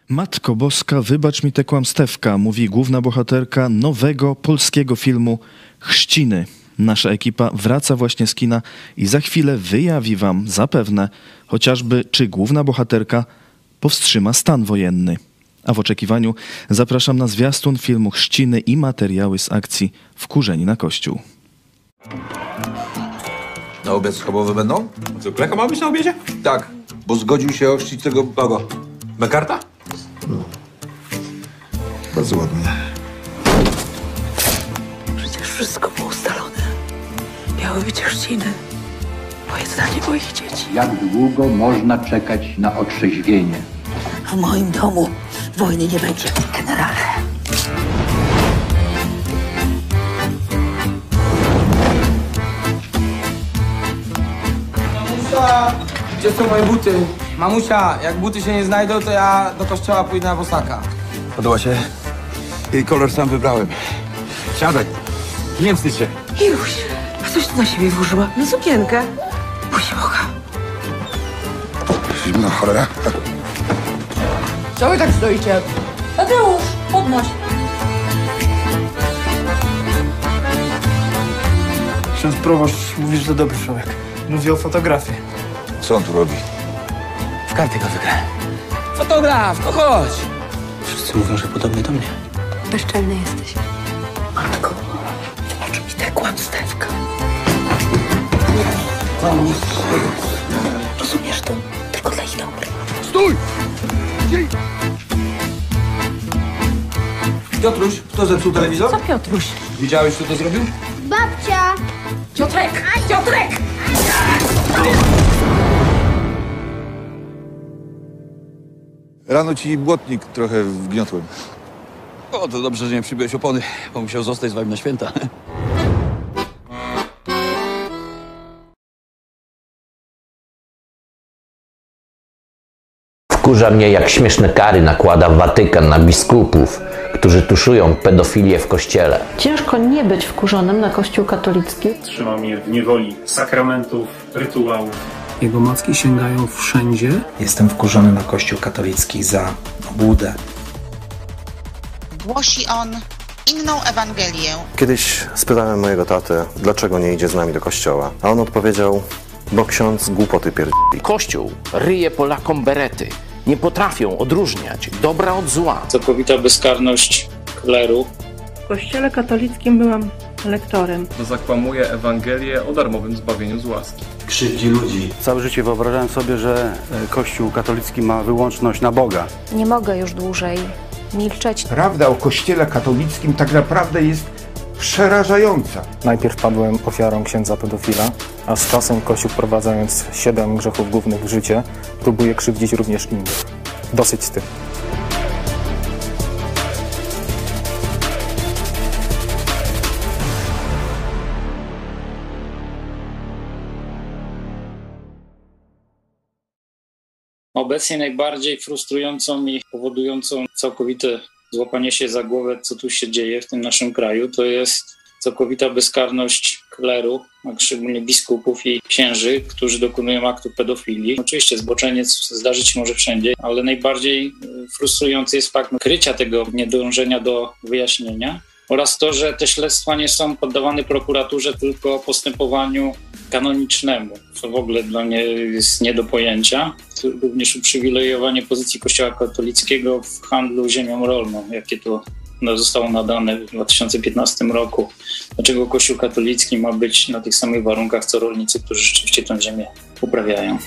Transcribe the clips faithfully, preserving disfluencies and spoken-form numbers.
Matko Boska, wybacz mi tę kłamstewka, mówi główna bohaterka nowego polskiego filmu Chrzciny. Nasza ekipa wraca właśnie z kina i za chwilę wyjawi wam zapewne chociażby, czy główna bohaterka powstrzyma stan wojenny. A w oczekiwaniu zapraszam na zwiastun filmu Chrzciny i materiały z akcji Wkurzeni na Kościół. Na obiad schabowy będą? Co, Klecha ma być na obiedzie? Tak, bo zgodził się ochrzcić tego... Kogo? Bekarta? No. Bardzo ładnie. Przecież wszystko było ustalone. Miały być chrzciny. Pojednanie moich dzieci. Jak długo można czekać na otrzeźwienie? W moim domu wojny nie będzie, generale. Mamusia, gdzie są moje buty? Mamusia, jak buty się nie znajdą, to ja do kościoła pójdę na bosaka. Podoba się? Jej kolor sam wybrałem. Siadaj. Nie wstydź się. Iluś, a coś ty na siebie włożyła? Na sukienkę. Bój się Boga. Zimna cholera. Co wy tak stoicie? Tadeusz, podnoś. Ksiądz proboszcz mówi, że to dobry człowiek. Mówi o fotografii. Co on tu robi? W karty go wygrałem. Fotograf, to chodź. Wszyscy mówią, że podobny do mnie. Bezczelny jesteś. Matko, wybacz mi tę kłamstewka. Rozumiesz to? Tylko dla ich dobra. Stój! Piotruś, kto zepsuł telewizor? Co Piotruś? Widziałeś, kto to zrobił? Babcia! Piotrek! Piotrek! Rano ci błotnik trochę wgniotłem. O, to dobrze, że nie przybyłeś opony, bo musiał zostać z wami na święta. Wkurza mnie, jak śmieszne kary nakłada Watykan na biskupów, którzy tuszują pedofilię w kościele. Ciężko nie być wkurzonym na Kościół katolicki. Trzyma mnie w niewoli sakramentów, rytuałów. Jego macki sięgają wszędzie. Jestem wkurzony na Kościół katolicki za obłudę. Głosi on inną Ewangelię. Kiedyś spytałem mojego tatę, dlaczego nie idzie z nami do kościoła, a on odpowiedział, bo ksiądz głupoty pierdoli. Kościół ryje Polakom berety. Nie potrafią odróżniać dobra od zła. Całkowita bezkarność kleru. W Kościele katolickim byłam lektorem. Zakłamuje Ewangelię o darmowym zbawieniu z łaski. Krzywdzi ludzi. Całe życie wyobrażałem sobie, że Kościół katolicki ma wyłączność na Boga. Nie mogę już dłużej milczeć. Prawda o Kościele katolickim tak naprawdę jest przerażająca. Najpierw padłem ofiarą księdza pedofila, a z czasem Kościół, wprowadzając siedem grzechów głównych w życie, próbuje krzywdzić również innych. Dosyć z tym. Obecnie najbardziej frustrującą i powodującą całkowite złapanie się za głowę, co tu się dzieje w tym naszym kraju, to jest całkowita bezkarność kleru, a szczególnie biskupów i księży, którzy dokonują aktu pedofilii. Oczywiście zboczeniec zdarzyć się może wszędzie, ale najbardziej frustrujący jest fakt krycia tego niedążenia do wyjaśnienia oraz to, że te śledztwa nie są poddawane prokuraturze, tylko postępowaniu kanonicznemu, co w ogóle dla mnie jest nie do pojęcia. Również uprzywilejowanie pozycji Kościoła katolickiego w handlu ziemią rolną, jakie to zostało nadane w dwa tysiące piętnastym roku. Dlaczego Kościół katolicki ma być na tych samych warunkach, co rolnicy, którzy rzeczywiście tę ziemię uprawiają?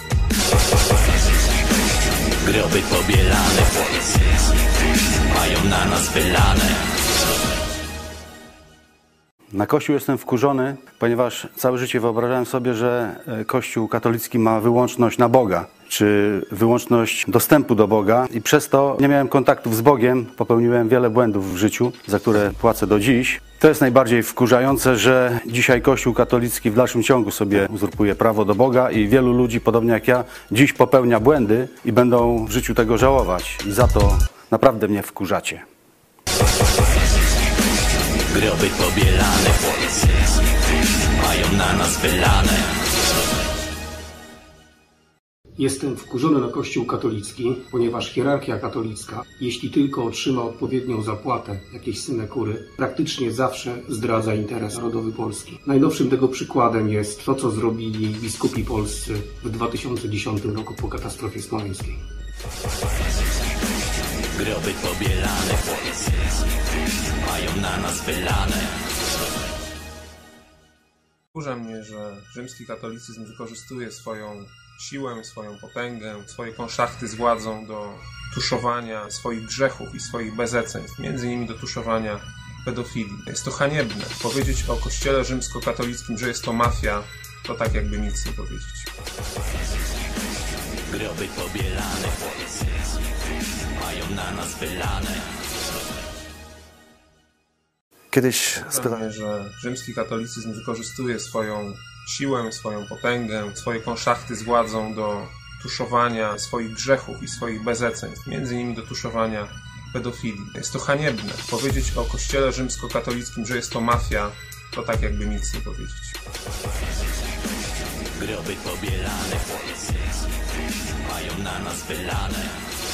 Groby pobielane, mają na nas wylane. Na Kościół jestem wkurzony, ponieważ całe życie wyobrażałem sobie, że Kościół katolicki ma wyłączność na Boga, czy wyłączność dostępu do Boga i przez to nie miałem kontaktów z Bogiem, popełniłem wiele błędów w życiu, za które płacę do dziś. To jest najbardziej wkurzające, że dzisiaj Kościół katolicki w dalszym ciągu sobie uzurpuje prawo do Boga i wielu ludzi, podobnie jak ja, dziś popełnia błędy i będą w życiu tego żałować. I za to naprawdę mnie wkurzacie. Groby pobielane, mają na nas wylane. Jestem wkurzony na Kościół katolicki, ponieważ hierarchia katolicka, jeśli tylko otrzyma odpowiednią zapłatę, jakieś synekury, praktycznie zawsze zdradza interes narodowy Polski. Najnowszym tego przykładem jest to, co zrobili biskupi polscy w dwa tysiące dziesiątym roku po katastrofie smoleńskiej. Groby pobielane, mają na nas wylane. Wkurza mnie, że rzymski katolicyzm wykorzystuje swoją siłę, swoją potęgę, swoje konszachty z władzą do tuszowania swoich grzechów i swoich bezeceństw, między innymi do tuszowania pedofilii. Jest to haniebne. Powiedzieć o Kościele rzymskokatolickim, że jest to mafia, to tak jakby nic nie powiedzieć. Groby pobielane, mają na nas wylane. Kiedyś spytałem, że rzymski katolicyzm wykorzystuje swoją siłę, swoją potęgę, swoje konszachty z władzą do tuszowania swoich grzechów i swoich bezeceństw, między innymi do tuszowania pedofilii. Jest to haniebne. Powiedzieć o Kościele rzymskokatolickim, że jest to mafia, to tak jakby nic nie powiedzieć. Groby pobielane, mają na nas wylane.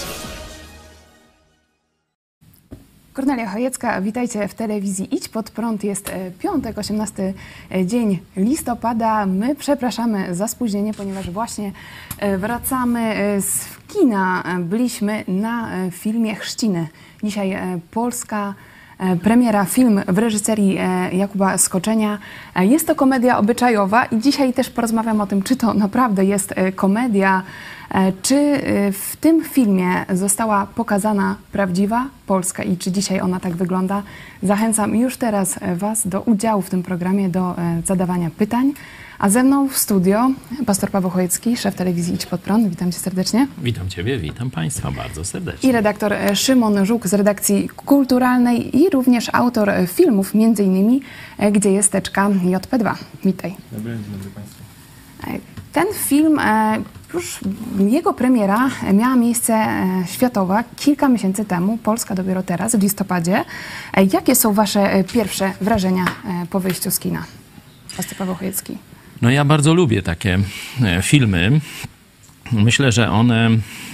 Kornelia Chojecka, witajcie w telewizji Idź Pod Prąd. Jest piątek, osiemnasty dzień listopada. My przepraszamy za spóźnienie, ponieważ właśnie wracamy z kina. Byliśmy na filmie Chrzciny. Dzisiaj polska premiera, film w reżyserii Jakuba Skoczenia. Jest to komedia obyczajowa i dzisiaj też porozmawiam o tym, czy to naprawdę jest komedia, czy w tym filmie została pokazana prawdziwa Polska i czy dzisiaj ona tak wygląda. Zachęcam już teraz Was do udziału w tym programie, do zadawania pytań. A ze mną w studio pastor Paweł Chojecki, szef telewizji Idź Pod Prąd. Witam Cię serdecznie. Witam Ciebie, witam Państwa bardzo serdecznie. I redaktor Szymon Żuk z redakcji kulturalnej i również autor filmów, między innymi Gdzie jest teczka J P dwa. Witaj. Dobry, dobry Państwu. Ten film, już jego premiera miała miejsce światowa kilka miesięcy temu, Polska dopiero teraz, w listopadzie. Jakie są Wasze pierwsze wrażenia po wyjściu z kina? Pastor Paweł Chojecki. No ja bardzo lubię takie filmy. Myślę, że one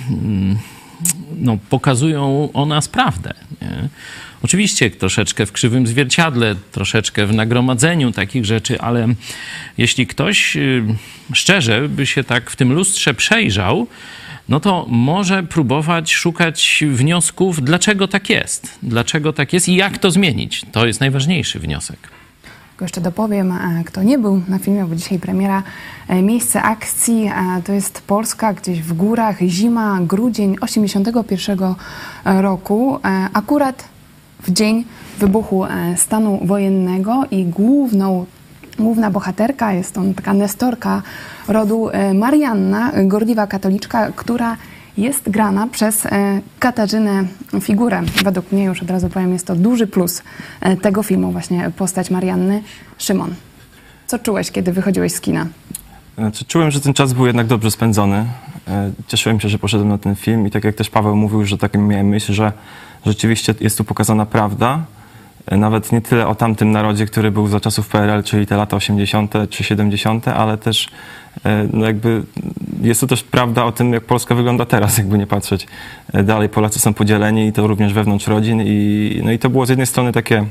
no, pokazują o nas prawdę. Nie? Oczywiście troszeczkę w krzywym zwierciadle, troszeczkę w nagromadzeniu takich rzeczy, ale jeśli ktoś szczerze by się tak w tym lustrze przejrzał, no to może próbować szukać wniosków, dlaczego tak jest, dlaczego tak jest i jak to zmienić. To jest najważniejszy wniosek. Jeszcze dopowiem, kto nie był na filmie, bo dzisiaj premiera. Miejsce akcji to jest Polska, gdzieś w górach, zima, grudzień osiemdziesiątego pierwszego roku. Akurat w dzień wybuchu stanu wojennego i główną, główna bohaterka jest to taka nestorka rodu Marianna, gorliwa katoliczka, która jest grana przez Katarzynę Figurę. Według mnie, już od razu powiem, jest to duży plus tego filmu, właśnie postać Marianny. Szymon, co czułeś, kiedy wychodziłeś z kina? Znaczy, czułem, że ten czas był jednak dobrze spędzony. Cieszyłem się, że poszedłem na ten film i tak jak też Paweł mówił, że tak miałem myśl, że rzeczywiście jest tu pokazana prawda. Nawet nie tyle o tamtym narodzie, który był za czasów P R L, czyli te lata osiemdziesiąte czy siedemdziesiąte, ale też no jakby jest to też prawda o tym, jak Polska wygląda teraz, jakby nie patrzeć. Dalej Polacy są podzieleni i to również wewnątrz rodzin i, no i to było z jednej strony takie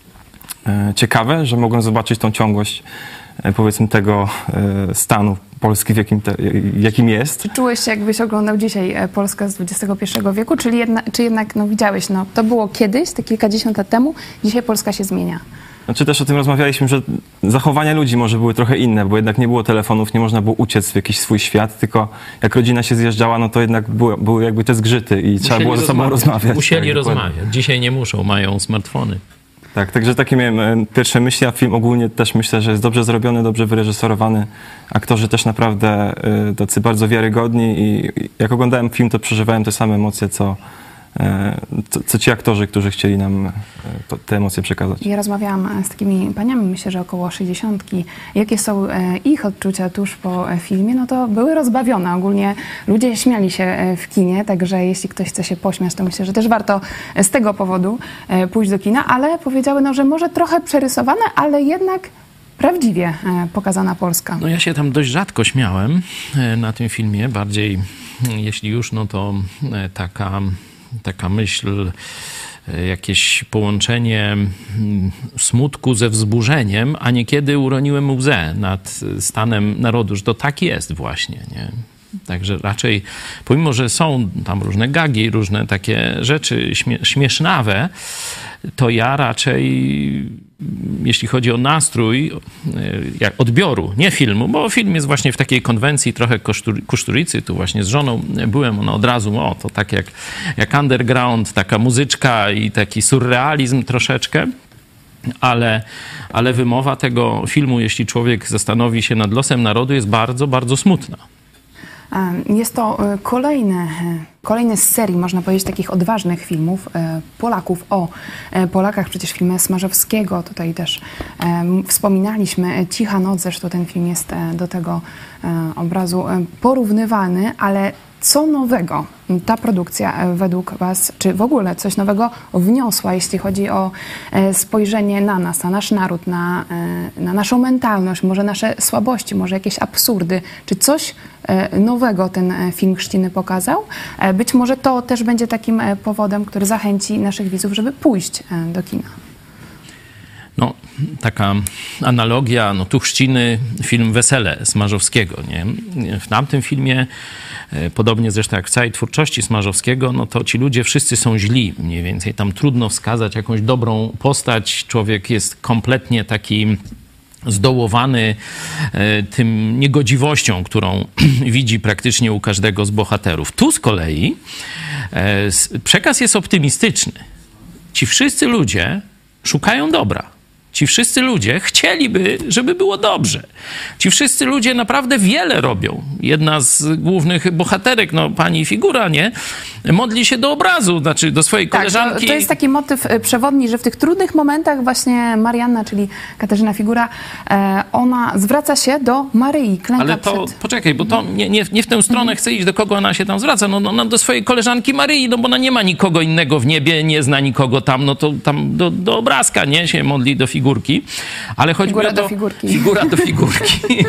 ciekawe, że mogłem zobaczyć tą ciągłość powiedzmy tego stanu Polski, w jakim, te, jakim jest. Czy czułeś się, jakbyś oglądał dzisiaj Polskę z dwudziestego pierwszego wieku, czyli jedna, czy jednak no, widziałeś, no to było kiedyś, te kilkadziesiąt lat temu, dzisiaj Polska się zmienia? Znaczy też o tym rozmawialiśmy, że zachowania ludzi może były trochę inne, bo jednak nie było telefonów, nie można było uciec w jakiś swój świat, tylko jak rodzina się zjeżdżała, no to jednak były, były jakby te zgrzyty i Musieli trzeba było ze sobą rozmawiać. rozmawiać. Musieli tak, rozmawiać. Dzisiaj nie muszą, mają smartfony. Tak, także takie miałem pierwsze myśli, a film ogólnie też myślę, że jest dobrze zrobiony, dobrze wyreżyserowany. Aktorzy też naprawdę y, tacy bardzo wiarygodni i jak oglądałem film, to przeżywałem te same emocje, co, y, co, co ci aktorzy, którzy chcieli nam y, to, te emocje przekazać. Ja rozmawiałam z takimi paniami, myślę, że około sześćdziesiątki. Jakie są ich odczucia tuż po filmie? No to były rozbawione. Ogólnie ludzie śmiali się w kinie, także jeśli ktoś chce się pośmiać, to myślę, że też warto z tego powodu pójść do kina, ale powiedziały, no, że może trochę przerysowane, ale jednak prawdziwie e, pokazana Polska. No ja się tam dość rzadko śmiałem e, na tym filmie. Bardziej, jeśli już, no to e, taka, taka myśl, e, jakieś połączenie mm, smutku ze wzburzeniem, a niekiedy uroniłem łzę nad stanem narodu, że to tak jest właśnie, nie? Także raczej, pomimo że są tam różne gagi, różne takie rzeczy śmie śmiesznawe, to ja raczej, jeśli chodzi o nastrój jak odbioru, nie filmu, bo film jest właśnie w takiej konwencji trochę kuszturicy, tu właśnie z żoną byłem, ona od razu, o, to tak jak, jak underground, taka muzyczka i taki surrealizm troszeczkę. Ale, ale wymowa tego filmu, jeśli człowiek zastanowi się nad losem narodu, jest bardzo, bardzo smutna. Jest to kolejny, kolejny z serii, można powiedzieć, takich odważnych filmów Polaków o Polakach. Przecież filmy Smarzowskiego, tutaj też wspominaliśmy. Cicha noc, zresztą ten film jest do tego obrazu porównywany, ale co nowego ta produkcja według Was, czy w ogóle coś nowego wniosła, jeśli chodzi o spojrzenie na nas, na nasz naród, na, na naszą mentalność, może nasze słabości, może jakieś absurdy? Czy coś nowego ten film Chrzciny pokazał? Być może to też będzie takim powodem, który zachęci naszych widzów, żeby pójść do kina. No, taka analogia, no tu Chrzciny, film Wesele Smarzowskiego, nie? W tamtym filmie, podobnie zresztą jak w całej twórczości Smarzowskiego, no to ci ludzie wszyscy są źli mniej więcej. Tam trudno wskazać jakąś dobrą postać. Człowiek jest kompletnie taki zdołowany tym niegodziwością, którą widzi praktycznie u każdego z bohaterów. Tu z kolei przekaz jest optymistyczny. Ci wszyscy ludzie szukają dobra. Ci wszyscy ludzie chcieliby, żeby było dobrze. Ci wszyscy ludzie naprawdę wiele robią. Jedna z głównych bohaterek, no pani Figura, nie? Modli się do obrazu, znaczy do swojej tak, koleżanki. To, to jest taki motyw przewodni, że w tych trudnych momentach właśnie Marianna, czyli Katarzyna Figura, ona zwraca się do Maryi, klęka Ale to, przed... poczekaj, bo to nie, nie, nie w tę stronę chcę iść, do kogo ona się tam zwraca. No, no do swojej koleżanki Maryi, no bo ona nie ma nikogo innego w niebie, nie zna nikogo tam, no to tam do, do obrazka, nie? Się modli do figurki. Ale chodzi Figura mi o to, do figurki. Figura do figurki.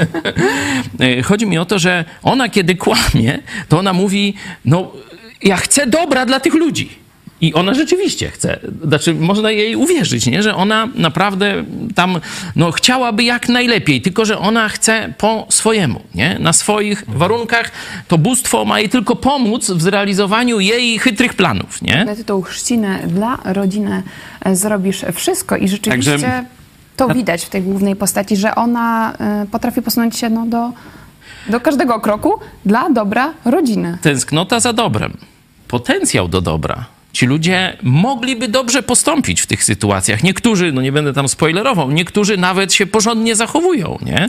Chodzi mi o to, że ona kiedy kłamie, to ona mówi, no ja chcę dobra dla tych ludzi. I ona rzeczywiście chce. Znaczy, można jej uwierzyć, nie? Że ona naprawdę tam no, chciałaby jak najlepiej, tylko że ona chce po swojemu, nie? Na swoich warunkach. To bóstwo ma jej tylko pomóc w zrealizowaniu jej chytrych planów, nie? Na tytuł Chrzciny dla rodziny zrobisz wszystko i rzeczywiście Także... to widać w tej głównej postaci, że ona potrafi posunąć się no, do, do każdego kroku dla dobra rodziny. Tęsknota za dobrem. Potencjał do dobra. Ci ludzie mogliby dobrze postąpić w tych sytuacjach. Niektórzy, no nie będę tam spoilerował, niektórzy nawet się porządnie zachowują, nie?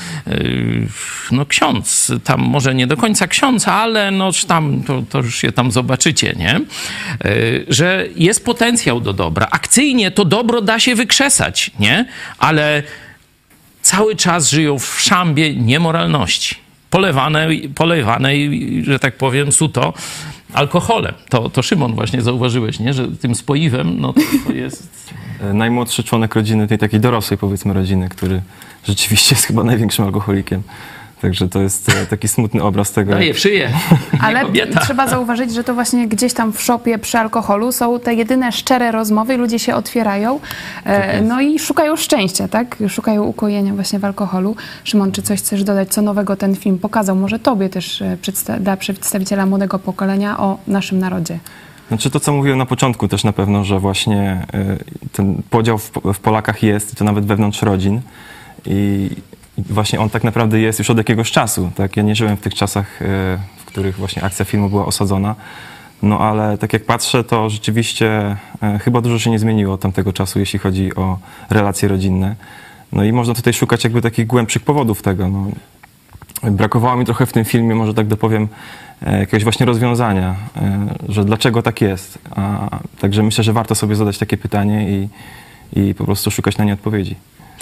No ksiądz, tam może nie do końca ksiądz, ale no tam, to, to już się tam zobaczycie, nie? Że jest potencjał do dobra. Akcyjnie to dobro da się wykrzesać, nie? Ale cały czas żyją w szambie niemoralności. Polewanej, polewanej, że tak powiem, suto alkoholem. To, to Szymon właśnie zauważyłeś, nie? Że tym spoiwem, no to, to jest... Najmłodszy członek rodziny, tej takiej dorosłej powiedzmy rodziny, który rzeczywiście jest chyba największym alkoholikiem. Także to jest taki smutny obraz tego. Daje w szyję. Ale kobieta. Trzeba zauważyć, że to właśnie gdzieś tam w szopie przy alkoholu są te jedyne szczere rozmowy, ludzie się otwierają, e, no i szukają szczęścia, tak? Szukają ukojenia właśnie w alkoholu. Szymon, czy coś chcesz dodać, co nowego ten film pokazał? Może tobie też przedsta- dla przedstawiciela młodego pokolenia o naszym narodzie? Znaczy to, co mówiłem na początku też na pewno, że właśnie y, ten podział w, w Polakach jest, i to nawet wewnątrz rodzin. I właśnie on tak naprawdę jest już od jakiegoś czasu. Tak? Ja nie żyłem w tych czasach, w których właśnie akcja filmu była osadzona. No ale tak jak patrzę, to rzeczywiście chyba dużo się nie zmieniło od tamtego czasu, jeśli chodzi o relacje rodzinne. No i można tutaj szukać jakby takich głębszych powodów tego. No, brakowało mi trochę w tym filmie, może tak dopowiem, jakiegoś właśnie rozwiązania, że dlaczego tak jest. A, także myślę, że warto sobie zadać takie pytanie i, i po prostu szukać na nie odpowiedzi.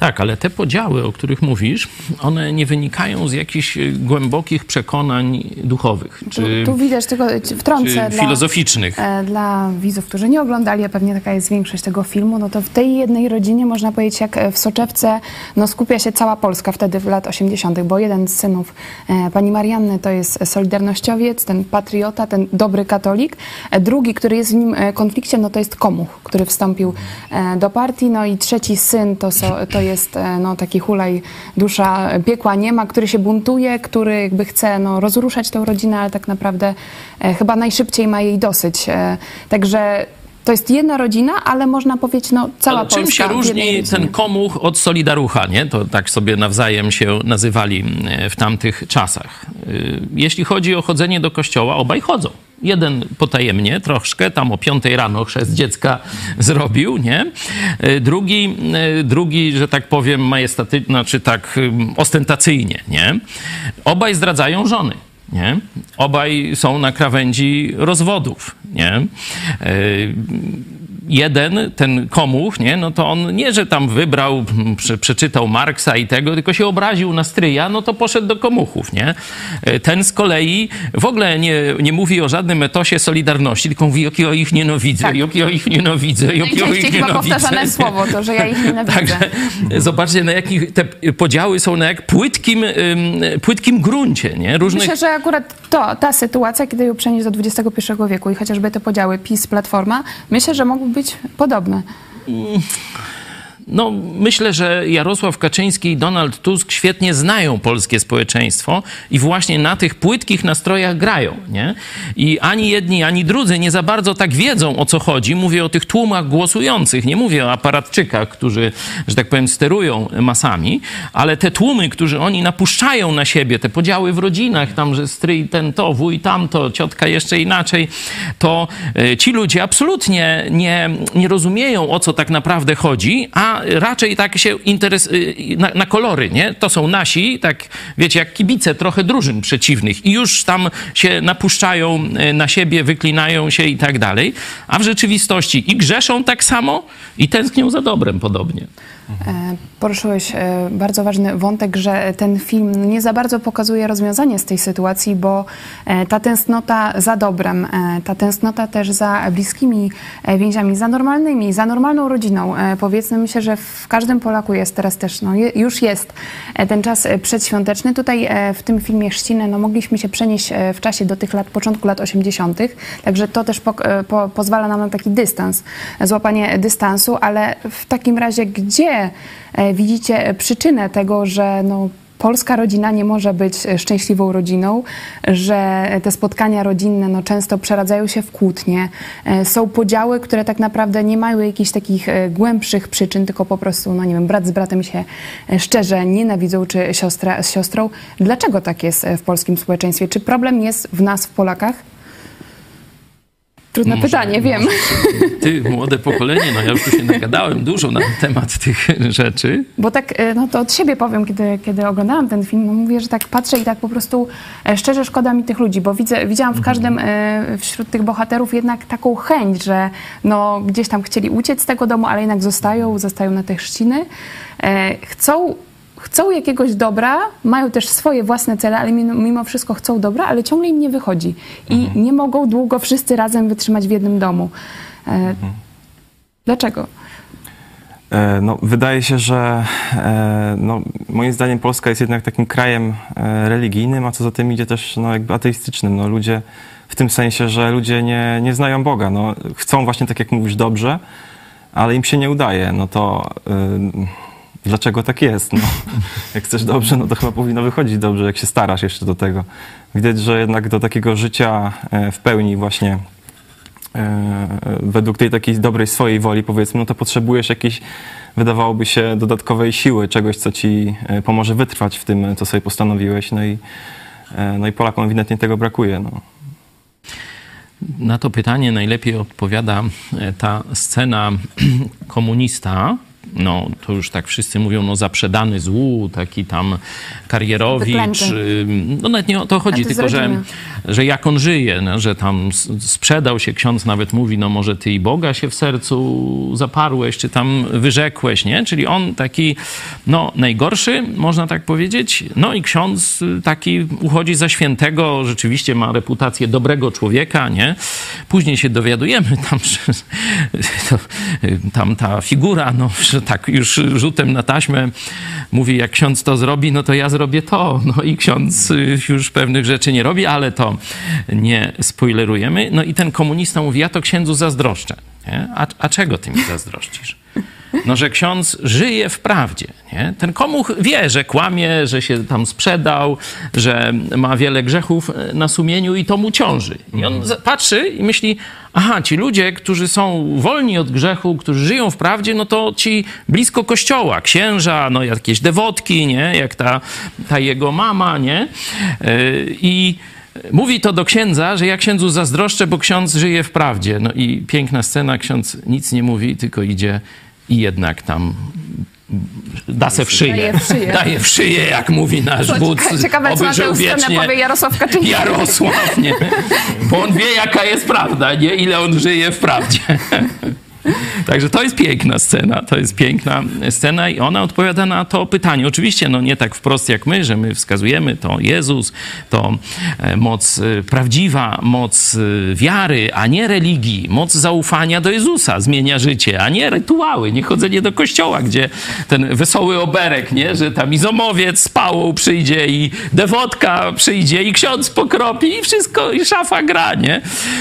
Tak, ale te podziały, o których mówisz, one nie wynikają z jakichś głębokich przekonań duchowych. Czy, tu, tu widać, tylko wtrącę czy dla, filozoficznych. Dla widzów, którzy nie oglądali, a pewnie taka jest większość tego filmu, no to w tej jednej rodzinie, można powiedzieć, jak w soczewce, no skupia się cała Polska wtedy w lat osiemdziesiątych, bo jeden z synów e, pani Marianny to jest solidarnościowiec, ten patriota, ten dobry katolik. E, drugi, który jest w nim konflikcie, no to jest komuch, który wstąpił e, do partii. No i trzeci syn to, so, to jest e, no, taki hulaj, dusza piekła nie ma, który się buntuje, który jakby chce no, rozruszać tę rodzinę, ale tak naprawdę e, chyba najszybciej ma jej dosyć. E, także to jest jedna rodzina, ale można powiedzieć, no cała ale Polska. Czym się różni ten komuch od Solidarucha, nie? To tak sobie nawzajem się nazywali w tamtych czasach. Jeśli chodzi o chodzenie do kościoła, obaj chodzą. Jeden potajemnie, troszkę, tam o piątej rano chrzest dziecka zrobił, nie? Drugi, drugi, że tak powiem, majestatycznie, znaczy tak ostentacyjnie, nie? Obaj zdradzają żony. Nie? Obaj są na krawędzi rozwodów. Nie? Jeden, ten komuch, nie? No to on nie, że tam wybrał, prze, przeczytał Marksa i tego, tylko się obraził na stryja, no to poszedł do komuchów, nie? Ten z kolei w ogóle nie, nie mówi o żadnym etosie Solidarności, tylko mówi, jak ja ich nienawidzę, tak. No jak ja ich nienawidzę, jak ja ich Najczęściej chyba nienawidzę. powtarzane słowo to, że ja ich nienawidzę. Także zobaczcie, na jakich te podziały są na jak płytkim, płytkim gruncie, nie? Różnych... Myślę, że akurat to, ta sytuacja, kiedy ją przenieść do dwudziestego pierwszego wieku i chociażby te podziały PiS, Platforma, myślę, że mogły być podobne. No, myślę, że Jarosław Kaczyński i Donald Tusk świetnie znają polskie społeczeństwo i właśnie na tych płytkich nastrojach grają, nie? I ani jedni, ani drudzy nie za bardzo tak wiedzą, o co chodzi. Mówię o tych tłumach głosujących, nie mówię o aparatczykach, którzy, że tak powiem, sterują masami, ale te tłumy, którzy oni napuszczają na siebie, te podziały w rodzinach, tam, że stryj ten to, wuj tamto, ciotka jeszcze inaczej, to y, ci ludzie absolutnie nie, nie rozumieją, o co tak naprawdę chodzi, a raczej tak się interes... na, na kolory, nie? To są nasi, tak wiecie, jak kibice trochę drużyn przeciwnych i już tam się napuszczają na siebie, wyklinają się i tak dalej, a w rzeczywistości i grzeszą tak samo i tęsknią za dobrem podobnie. Poruszyłeś bardzo ważny wątek, że ten film nie za bardzo pokazuje rozwiązanie z tej sytuacji, bo ta tęsknota za dobrem, ta tęsknota też za bliskimi więziami, za normalnymi, za normalną rodziną, powiedzmy, myślę, że w każdym Polaku jest teraz też, no już jest ten czas przedświąteczny. Tutaj w tym filmie Chrzciny, no mogliśmy się przenieść w czasie do tych lat, początku lat osiemdziesiątych, także to też po, po, pozwala nam na taki dystans, złapanie dystansu, ale w takim razie, gdzie widzicie przyczynę tego, że no, polska rodzina nie może być szczęśliwą rodziną, że te spotkania rodzinne no, często przeradzają się w kłótnie. Są podziały, które tak naprawdę nie mają jakichś takich głębszych przyczyn, tylko po prostu, no nie wiem, brat z bratem się szczerze nienawidzą, czy siostra z siostrą. Dlaczego tak jest w polskim społeczeństwie? Czy problem jest w nas, w Polakach? Trudne może, pytanie, wiem. Ty, młode pokolenie, no ja już tu się nagadałem dużo na temat tych rzeczy. Bo tak, no to od siebie powiem, kiedy, kiedy oglądałam ten film, no mówię, że tak patrzę i tak po prostu szczerze szkoda mi tych ludzi, bo widzę, widziałam w każdym, wśród tych bohaterów jednak taką chęć, że no gdzieś tam chcieli uciec z tego domu, ale jednak zostają, zostają na te chrzciny. Chcą Chcą jakiegoś dobra, mają też swoje własne cele, ale mimo wszystko chcą dobra, ale ciągle im nie wychodzi. I mhm. nie mogą długo wszyscy razem wytrzymać w jednym domu. E, mhm. Dlaczego? E, no, wydaje się, że e, no, moim zdaniem Polska jest jednak takim krajem e, religijnym, a co za tym idzie też no, jakby ateistycznym. No, ludzie w tym sensie, że ludzie nie, nie znają Boga. No, chcą właśnie, tak jak mówisz, dobrze, ale im się nie udaje. No to... E, Dlaczego tak jest? No, jak chcesz dobrze, no to chyba powinno wychodzić dobrze, jak się starasz jeszcze do tego. Widać, że jednak do takiego życia w pełni właśnie według tej takiej dobrej swojej woli, powiedzmy, no to potrzebujesz jakiejś, wydawałoby się, dodatkowej siły, czegoś, co ci pomoże wytrwać w tym, co sobie postanowiłeś. No i, no i Polakom ewidentnie tego brakuje. No. Na to pytanie najlepiej odpowiada ta scena komunista, no to już tak wszyscy mówią, no zaprzedany złu, taki tam karierowicz. No nawet nie o to chodzi, tylko że, że jak on żyje, no, że tam sprzedał się, ksiądz nawet mówi, no może ty i Boga się w sercu zaparłeś, czy tam wyrzekłeś, nie? Czyli on taki, no najgorszy, można tak powiedzieć, no i ksiądz taki uchodzi za świętego, rzeczywiście ma reputację dobrego człowieka, nie? Później się dowiadujemy tam, że to, tam ta figura, no, że tak już rzutem na taśmę mówi, jak ksiądz to zrobi, no to ja zrobię to. No i ksiądz już pewnych rzeczy nie robi, ale to nie spoilerujemy. No i ten komunista mówi, ja to księdzu zazdroszczę. Nie? A, a czego ty mi zazdrościsz? No, że ksiądz żyje w prawdzie, nie? Ten komuch wie, że kłamie, że się tam sprzedał, że ma wiele grzechów na sumieniu i to mu ciąży. I on patrzy i myśli, aha, ci ludzie, którzy są wolni od grzechu, którzy żyją w prawdzie, no to ci blisko kościoła, księża, no jakieś dewotki, nie? Jak ta, ta jego mama, nie? I mówi to do księdza, że ja księdzu zazdroszczę, bo ksiądz żyje w prawdzie. No i piękna scena, ksiądz nic nie mówi, tylko idzie i jednak tam da se w szyję. Daje w szyję, Daje w szyję, jak mówi nasz wódz. Ciekawe, co na tę stronę powie Jarosław Kaczyński. Jarosław, nie? Bo on wie, jaka jest prawda, nie? Ile on żyje w prawdzie. Także to jest piękna scena, to jest piękna scena i ona odpowiada na to pytanie. Oczywiście, no nie tak wprost jak my, że my wskazujemy, to Jezus, to moc prawdziwa, moc wiary, a nie religii, moc zaufania do Jezusa zmienia życie, a nie rytuały, nie chodzenie do kościoła, gdzie ten wesoły oberek, nie, że tam izomowiec z pałą przyjdzie i dewotka przyjdzie i ksiądz pokropi i wszystko, i szafa gra, nie?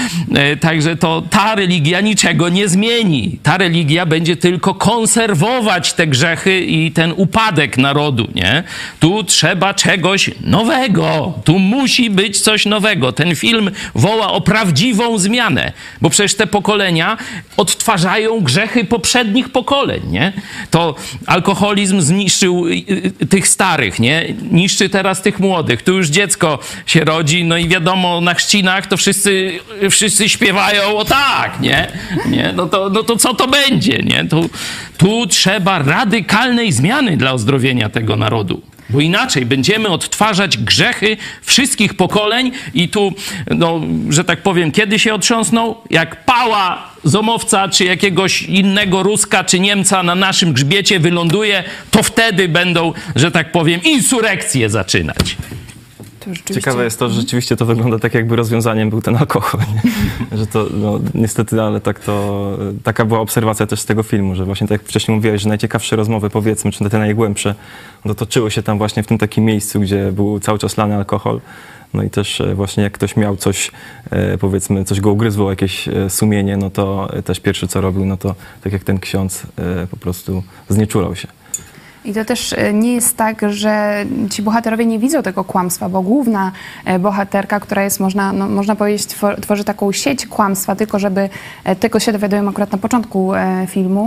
Także to ta religia niczego nie zmieni. Ta religia będzie tylko konserwować te grzechy i ten upadek narodu, nie? Tu trzeba czegoś nowego. Tu musi być coś nowego. Ten film woła o prawdziwą zmianę, bo przecież te pokolenia odtwarzają grzechy poprzednich pokoleń, nie? To alkoholizm zniszczył tych starych, nie? Niszczy teraz tych młodych. Tu już dziecko się rodzi, no i wiadomo, na chrzcinach to wszyscy, wszyscy śpiewają o tak, nie? nie? No to no to co to będzie, nie? Tu, tu trzeba radykalnej zmiany dla ozdrowienia tego narodu. Bo inaczej będziemy odtwarzać grzechy wszystkich pokoleń i tu, no, że tak powiem, kiedy się otrząsną? Jak pała zomowca, czy jakiegoś innego Ruska, czy Niemca na naszym grzbiecie wyląduje, to wtedy będą, że tak powiem, insurekcje zaczynać. Rzeczywiście... Ciekawe jest to, że rzeczywiście to wygląda tak, jakby rozwiązaniem był ten alkohol. Nie? Że to, no, niestety, ale tak to, taka była obserwacja też z tego filmu, że właśnie tak jak wcześniej mówiłeś, że najciekawsze rozmowy, powiedzmy, czy te najgłębsze, no, toczyły się tam właśnie w tym takim miejscu, gdzie był cały czas lany alkohol. No i też właśnie jak ktoś miał coś, powiedzmy, coś go ugryzło, jakieś sumienie, no to też pierwsze co robił, no to tak jak ten ksiądz po prostu znieczulał się. I to też nie jest tak, że ci bohaterowie nie widzą tego kłamstwa, bo główna bohaterka, która jest, można, no, można powiedzieć, tworzy taką sieć kłamstwa, tylko żeby, tego się dowiadujemy akurat na początku filmu,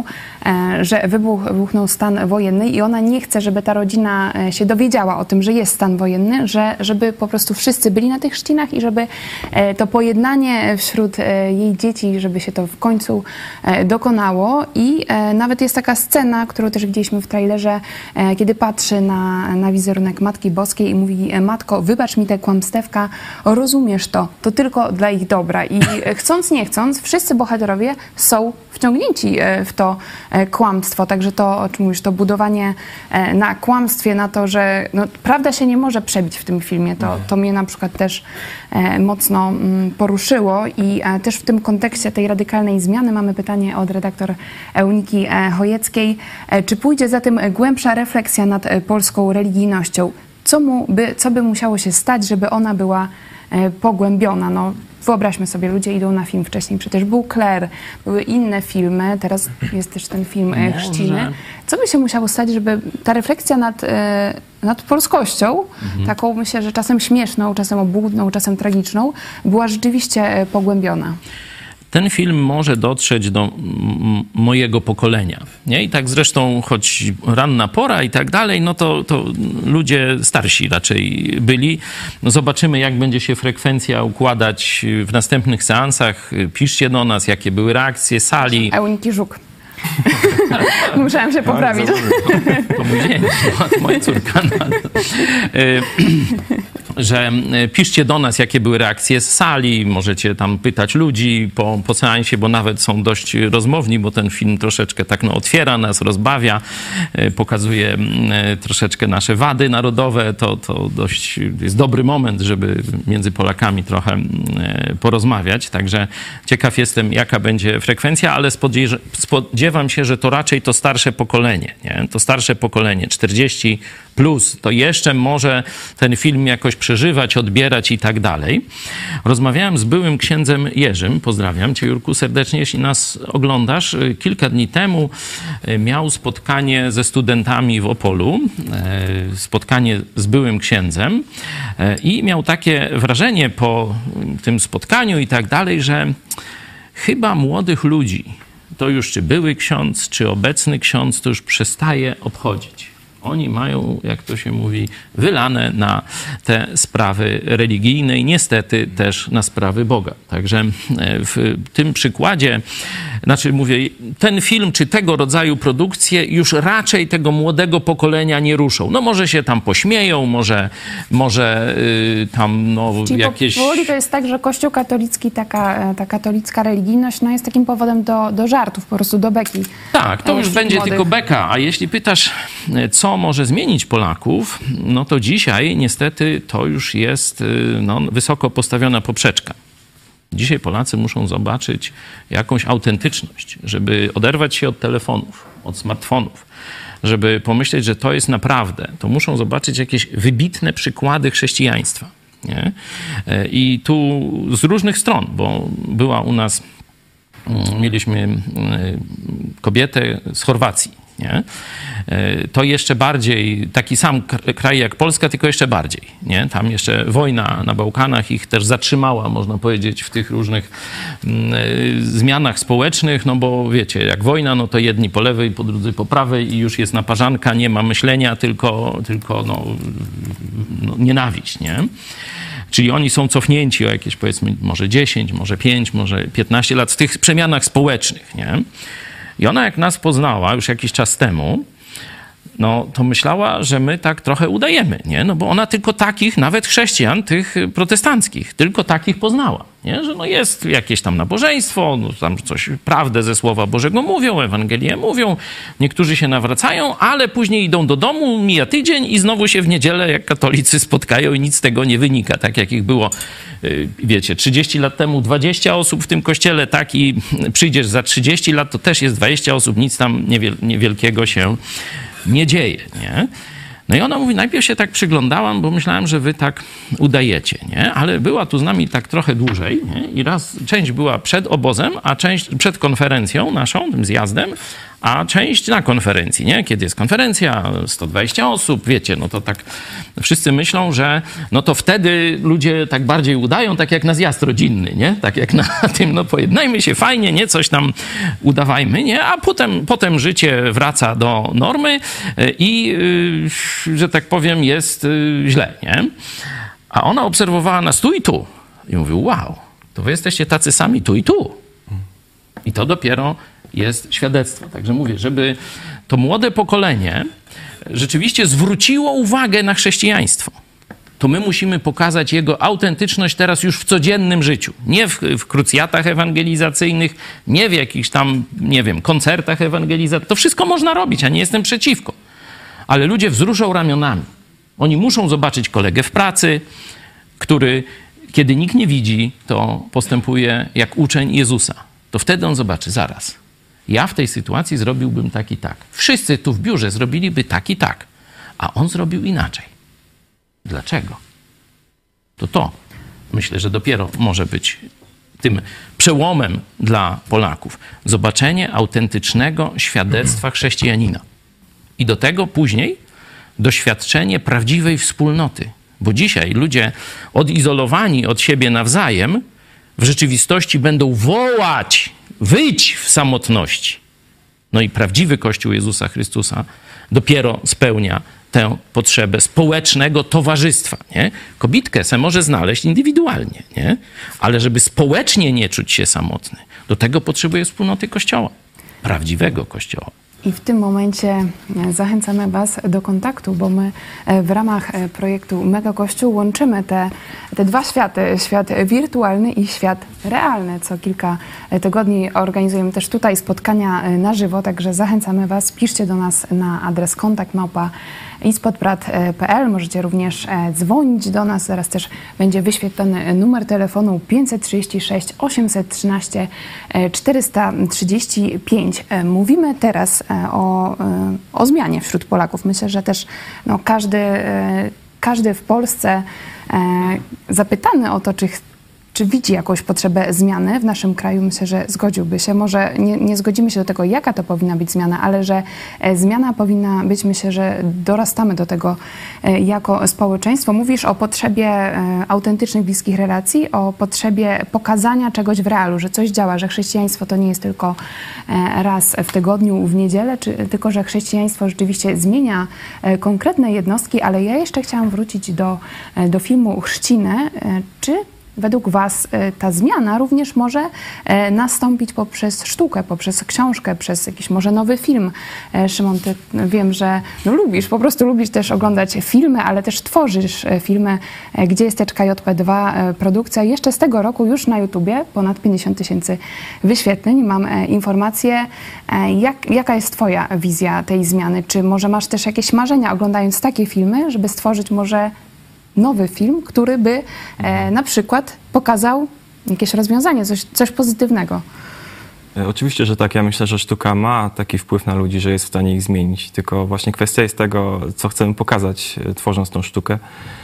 że wybuch, wybuchnął stan wojenny i ona nie chce, żeby ta rodzina się dowiedziała o tym, że jest stan wojenny, że, żeby po prostu wszyscy byli na tych chrzcinach i żeby to pojednanie wśród jej dzieci, żeby się to w końcu dokonało. I nawet jest taka scena, którą też widzieliśmy w trailerze, kiedy patrzy na, na wizerunek Matki Boskiej i mówi: matko, wybacz mi te kłamstewka, rozumiesz to, to tylko dla ich dobra. I chcąc, nie chcąc, wszyscy bohaterowie są wciągnięci w to kłamstwo. Także to, o czym mówisz, to budowanie na kłamstwie, na to, że no, prawda się nie może przebić w tym filmie, to, to mnie na przykład też mocno poruszyło. I też w tym kontekście tej radykalnej zmiany mamy pytanie od redaktor Euniki Chojeckiej. Czy pójdzie za tym głębsza refleksja nad polską religijnością? Co, mu by, co by musiało się stać, żeby ona była pogłębiona? No, wyobraźmy sobie, ludzie idą na film wcześniej. Przecież był Kler, były inne filmy, teraz jest też ten film Chrzciny. Co by się musiało stać, żeby ta refleksja nad, nad polskością, mhm. taką myślę, że czasem śmieszną, czasem obłudną, czasem tragiczną, była rzeczywiście pogłębiona? Ten film może dotrzeć do mojego pokolenia. Nie? I tak zresztą, choć ranna pora i tak dalej, no to, to ludzie starsi raczej byli. No zobaczymy, jak będzie się frekwencja układać w następnych seansach. Piszcie do nas, jakie były reakcje sali. Euniki Żuk. Musiałam się poprawić. To mój dzień, to moja córka. Że piszcie do nas, jakie były reakcje z sali, możecie tam pytać ludzi po, po seansie, bo nawet są dość rozmowni, bo ten film troszeczkę tak no, otwiera nas, rozbawia, pokazuje troszeczkę nasze wady narodowe. To, to dość jest dobry moment, żeby między Polakami trochę porozmawiać. Także ciekaw jestem, jaka będzie frekwencja, ale spodziewam się, że to raczej to starsze pokolenie, nie? To starsze pokolenie, czterdzieści plus, to jeszcze może ten film jakoś przeżywać, odbierać i tak dalej. Rozmawiałem z byłym księdzem Jerzym, pozdrawiam cię, Jurku, serdecznie, jeśli nas oglądasz. Kilka dni temu miał spotkanie ze studentami w Opolu, spotkanie z byłym księdzem i miał takie wrażenie po tym spotkaniu i tak dalej, że chyba młodych ludzi, to już czy były ksiądz, czy obecny ksiądz, to już przestaje obchodzić. Oni mają, jak to się mówi, wylane na te sprawy religijne i niestety też na sprawy Boga. Także w tym przykładzie, znaczy mówię, ten film czy tego rodzaju produkcje już raczej tego młodego pokolenia nie ruszą. No może się tam pośmieją, może, może yy, tam no Czyli jakieś... powoli to jest tak, że Kościół katolicki, taka, ta katolicka religijność, no jest takim powodem do, do żartów, po prostu do beki. Tak, to już będzie młodych. tylko beka. A jeśli pytasz, co może zmienić Polaków, no to dzisiaj niestety to już jest no, wysoko postawiona poprzeczka. Dzisiaj Polacy muszą zobaczyć jakąś autentyczność, żeby oderwać się od telefonów, od smartfonów, żeby pomyśleć, że to jest naprawdę. To muszą zobaczyć jakieś wybitne przykłady chrześcijaństwa. Nie? I tu z różnych stron, bo była u nas, mieliśmy kobietę z Chorwacji. Nie? To jeszcze bardziej, taki sam kraj jak Polska, tylko jeszcze bardziej. Nie? Tam jeszcze wojna na Bałkanach ich też zatrzymała, można powiedzieć, w tych różnych y, zmianach społecznych, no bo wiecie, jak wojna, no to jedni po lewej, po drudzy po prawej i już jest naparzanka, nie ma myślenia, tylko, tylko no, no, nienawiść, nie? Czyli oni są cofnięci o jakieś, powiedzmy, może dziesięć, może pięć, może piętnaście lat w tych przemianach społecznych, nie? I ona jak nas poznała już jakiś czas temu, no to myślała, że my tak trochę udajemy, nie? No bo ona tylko takich, nawet chrześcijan, tych protestanckich, tylko takich poznała, nie? Że no jest jakieś tam nabożeństwo, no tam coś, prawdę ze Słowa Bożego mówią, Ewangelię mówią, niektórzy się nawracają, ale później idą do domu, mija tydzień i znowu się w niedzielę jak katolicy spotkają i nic z tego nie wynika, tak jak ich było, wiecie, trzydzieści lat temu dwadzieścia osób w tym kościele, tak i przyjdziesz za trzydzieści lat, to też jest dwadzieścia osób, nic tam niewiel- niewielkiego się nie dzieje, nie? No i ona mówi, najpierw się tak przyglądałam, bo myślałem, że wy tak udajecie, nie? Ale była tu z nami tak trochę dłużej, nie? I raz część była przed obozem, a część przed konferencją naszą, tym zjazdem, a część na konferencji, nie? Kiedy jest konferencja, sto dwadzieścia osób, wiecie, no to tak wszyscy myślą, że no to wtedy ludzie tak bardziej udają, tak jak na zjazd rodzinny, nie? Tak jak na tym, no pojednajmy się fajnie, nie? Coś tam udawajmy, nie? A potem, potem życie wraca do normy i, yy, że tak powiem, jest yy, źle, nie? A ona obserwowała nas tu i tu i mówi, wow, to wy jesteście tacy sami tu i tu. I to dopiero jest świadectwo. Także mówię, żeby to młode pokolenie rzeczywiście zwróciło uwagę na chrześcijaństwo, to my musimy pokazać jego autentyczność teraz już w codziennym życiu. Nie w, w krucjatach ewangelizacyjnych, nie w jakichś tam, nie wiem, koncertach ewangelizacyjnych. To wszystko można robić, a nie jestem przeciwko. Ale ludzie wzruszą ramionami. Oni muszą zobaczyć kolegę w pracy, który, kiedy nikt nie widzi, to postępuje jak uczeń Jezusa. To wtedy on zobaczy, zaraz. Ja w tej sytuacji zrobiłbym tak i tak. Wszyscy tu w biurze zrobiliby tak i tak. A on zrobił inaczej. Dlaczego? To to, myślę, że dopiero może być tym przełomem dla Polaków. Zobaczenie autentycznego świadectwa chrześcijanina. I do tego później doświadczenie prawdziwej wspólnoty. Bo dzisiaj ludzie odizolowani od siebie nawzajem w rzeczywistości będą wołać, wyć w samotności. No i prawdziwy Kościół Jezusa Chrystusa dopiero spełnia tę potrzebę społecznego towarzystwa. Nie? Kobitkę se może znaleźć indywidualnie, nie? Ale żeby społecznie nie czuć się samotny, do tego potrzebuje wspólnoty Kościoła. prawdziwego Kościoła. I w tym momencie zachęcamy Was do kontaktu, bo my w ramach projektu Mega Kościół łączymy te, te dwa światy, świat wirtualny i świat realny. Co kilka tygodni organizujemy też tutaj spotkania na żywo, także zachęcamy Was, piszcie do nas na adres kontakt małpa ispodprat kropka p l. Możecie również dzwonić do nas, zaraz też będzie wyświetlony numer telefonu pięćset trzydzieści sześć osiemset trzynaście czterysta trzydzieści pięć. Mówimy teraz o, o zmianie wśród Polaków. Myślę, że też no, każdy, każdy w Polsce zapytany o to, czy Czy widzi jakąś potrzebę zmiany w naszym kraju? Myślę, że zgodziłby się. Może nie, nie zgodzimy się do tego, jaka to powinna być zmiana, ale że zmiana powinna być, myślę, że dorastamy do tego jako społeczeństwo. Mówisz o potrzebie autentycznych, bliskich relacji, o potrzebie pokazania czegoś w realu, że coś działa, że chrześcijaństwo to nie jest tylko raz w tygodniu, w niedzielę, czy, tylko że chrześcijaństwo rzeczywiście zmienia konkretne jednostki, ale ja jeszcze chciałam wrócić do, do filmu Chrzciny. Czy według Was ta zmiana również może nastąpić poprzez sztukę, poprzez książkę, przez jakiś może nowy film? Szymon, Ty wiem, że no, lubisz, po prostu lubisz też oglądać filmy, ale też tworzysz filmy. Gdzie jest teczka J P dwa? Produkcja jeszcze z tego roku już na YouTubie, ponad pięćdziesiąt tysięcy wyświetleń. Mam informację, jak, jaka jest Twoja wizja tej zmiany? Czy może masz też jakieś marzenia, oglądając takie filmy, żeby stworzyć może nowy film, który by e, na przykład pokazał jakieś rozwiązanie, coś, coś pozytywnego? Oczywiście, że tak. Ja myślę, że sztuka ma taki wpływ na ludzi, że jest w stanie ich zmienić. Tylko właśnie kwestia jest tego, co chcemy pokazać, tworząc tą sztukę.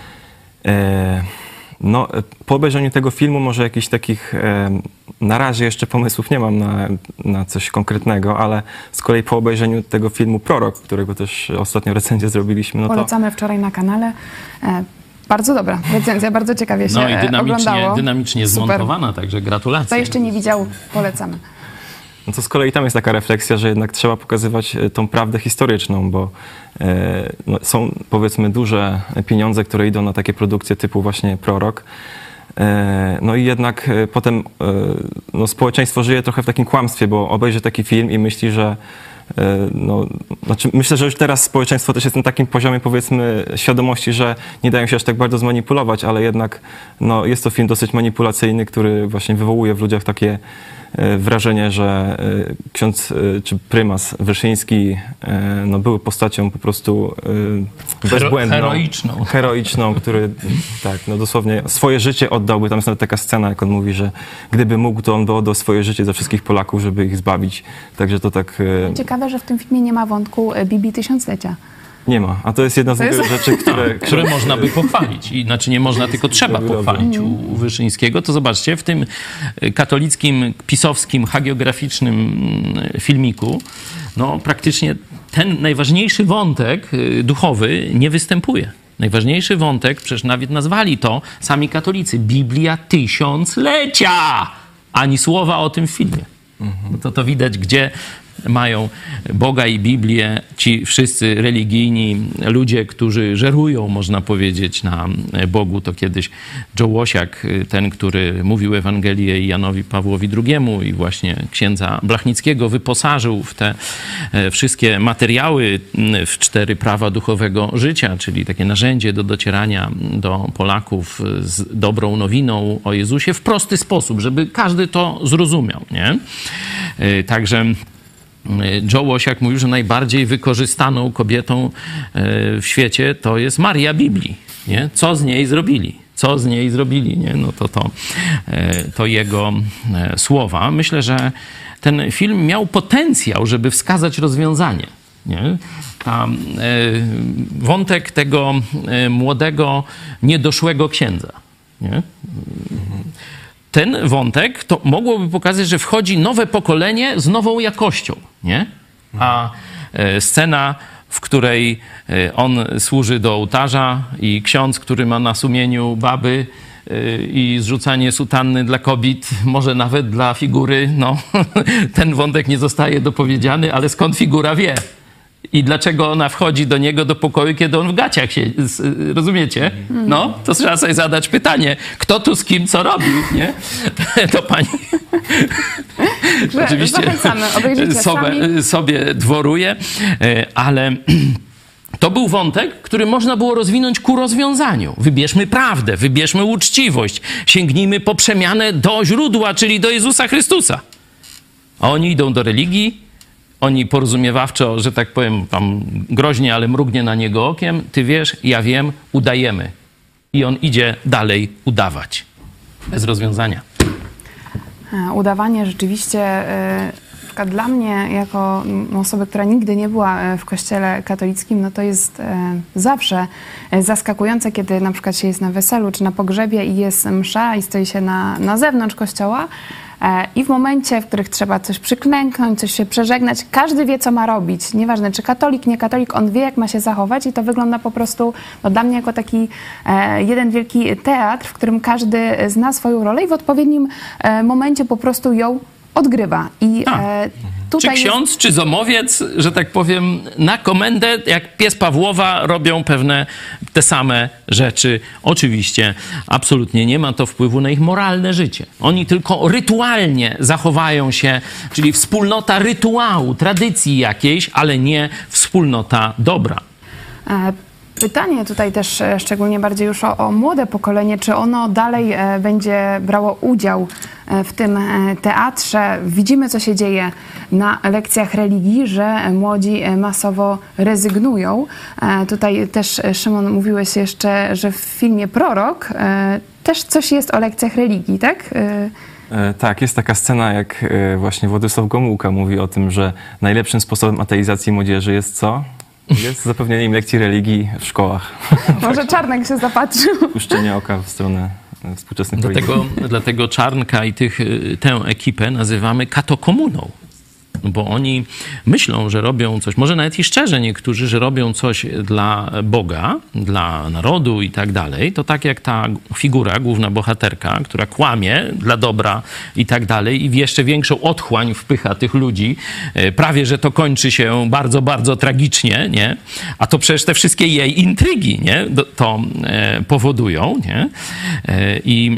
E, no, po obejrzeniu tego filmu może jakichś takich, e, na razie jeszcze pomysłów nie mam na, na coś konkretnego, ale z kolei po obejrzeniu tego filmu Prorok, którego też ostatnio recenzję zrobiliśmy, no to... Polecamy wczoraj na kanale. E, Bardzo dobra recenzja, bardzo ciekawie się no i dynamicznie, oglądało. dynamicznie zmontowana, także gratulacje. Kto jeszcze nie widział, polecamy. No to z kolei tam jest taka refleksja, że jednak trzeba pokazywać tą prawdę historyczną, bo e, no, są powiedzmy duże pieniądze, które idą na takie produkcje typu właśnie Prorok. E, no i jednak e, potem e, no, społeczeństwo żyje trochę w takim kłamstwie, bo obejrzy taki film i myśli, że no, znaczy myślę, że już teraz społeczeństwo też jest na takim poziomie, powiedzmy, świadomości, że nie dają się aż tak bardzo zmanipulować, ale jednak no, jest to film dosyć manipulacyjny, który właśnie wywołuje w ludziach takie wrażenie, że ksiądz czy prymas Wyszyński no, był postacią po prostu bezbłędną. Heroiczną. Heroiczną, który tak, no dosłownie swoje życie oddałby. Tam jest nawet taka scena, jak on mówi, że gdyby mógł, to on by oddał swoje życie za wszystkich Polaków, żeby ich zbawić. Także to tak... Ciekawe, że w tym filmie nie ma wątku Biblii Tysiąclecia. Nie ma, a to jest jedna z to wielu jest... rzeczy, które... które można by pochwalić. I, znaczy nie można, tylko trzeba pochwalić u, u Wyszyńskiego. To zobaczcie, w tym katolickim, pisowskim, hagiograficznym filmiku no praktycznie ten najważniejszy wątek duchowy nie występuje. Najważniejszy wątek, przecież nawet nazwali to sami katolicy, Biblia Tysiąclecia! Ani słowa o tym w filmie. Mhm. To to widać, gdzie mają Boga i Biblię ci wszyscy religijni ludzie, którzy żerują, można powiedzieć, na Bogu. To kiedyś Joe Łosiak, ten, który mówił Ewangelię Janowi Pawłowi drugiemu i właśnie księdza Blachnickiego wyposażył w te wszystkie materiały w cztery prawa duchowego życia, czyli takie narzędzie do docierania do Polaków z dobrą nowiną o Jezusie w prosty sposób, żeby każdy to zrozumiał, nie? Także Joe Łosiak mówił, że najbardziej wykorzystaną kobietą w świecie to jest Maria Biblii. Nie? Co z niej zrobili? Co z niej zrobili? Nie? No to, to, to jego słowa. Myślę, że ten film miał potencjał, żeby wskazać rozwiązanie. Nie? Ta, wątek tego młodego, niedoszłego księdza. Nie? Ten wątek to mogłoby pokazać, że wchodzi nowe pokolenie z nową jakością, nie? A e, scena, w której e, on służy do ołtarza i ksiądz, który ma na sumieniu baby e, i zrzucanie sutanny dla kobiet, może nawet dla figury, no ten wątek nie zostaje dopowiedziany, ale skąd figura wie? I dlaczego ona wchodzi do niego do pokoju, kiedy on w gaciach się... Rozumiecie? No, to trzeba sobie zadać pytanie, kto tu z kim co robił, nie? To pani... Oczywiście sobie, sobie dworuje, ale... To był wątek, który można było rozwinąć ku rozwiązaniu. Wybierzmy prawdę, wybierzmy uczciwość, sięgnijmy po przemianę do źródła, czyli do Jezusa Chrystusa. A oni idą do religii, oni porozumiewawczo, że tak powiem, tam groźnie, ale mrugnie na niego okiem. Ty wiesz, ja wiem, udajemy. I on idzie dalej udawać. Bez rozwiązania. Udawanie rzeczywiście... Dla mnie, jako osoby, która nigdy nie była w kościele katolickim, no to jest zawsze zaskakujące, kiedy na przykład się jest na weselu czy na pogrzebie i jest msza i stoi się na, na zewnątrz kościoła i w momencie, w których trzeba coś przyklęknąć, coś się przeżegnać, każdy wie, co ma robić. Nieważne, czy katolik, nie katolik, on wie, jak ma się zachować i to wygląda po prostu no, dla mnie jako taki jeden wielki teatr, w którym każdy zna swoją rolę i w odpowiednim momencie po prostu ją odgrywa. I e, tutaj czy ksiądz, jest... czy zomowiec, że tak powiem, na komendę, jak pies Pawłowa, robią pewne te same rzeczy. Oczywiście absolutnie nie ma to wpływu na ich moralne życie. Oni tylko rytualnie zachowają się, czyli wspólnota rytuału, tradycji jakiejś, ale nie wspólnota dobra. E Pytanie tutaj też szczególnie bardziej już o, o młode pokolenie, czy ono dalej e, będzie brało udział e, w tym e, teatrze. Widzimy, co się dzieje na lekcjach religii, że młodzi e, masowo rezygnują. E, tutaj też, Szymon, mówiłeś jeszcze, że w filmie Prorok e, też coś jest o lekcjach religii, tak? E, E, tak, jest taka scena, jak e, właśnie Władysław Gomułka mówi o tym, że najlepszym sposobem ateizacji młodzieży jest co? Jest zapewnienie im lekcji religii w szkołach. Może Czarnek się zapatrzył. Puszczenie oka w stronę współczesnych dlatego, polityków. dlatego Czarnka i tych, tę ekipę nazywamy katokomuną. Bo oni myślą, że robią coś, może nawet i szczerze niektórzy, że robią coś dla Boga, dla narodu i tak dalej. To tak jak ta figura, główna bohaterka, która kłamie dla dobra i tak dalej i w jeszcze większą otchłań wpycha tych ludzi. Prawie, że to kończy się bardzo, bardzo tragicznie, nie? A to przecież te wszystkie jej intrygi, nie? To powodują, nie? I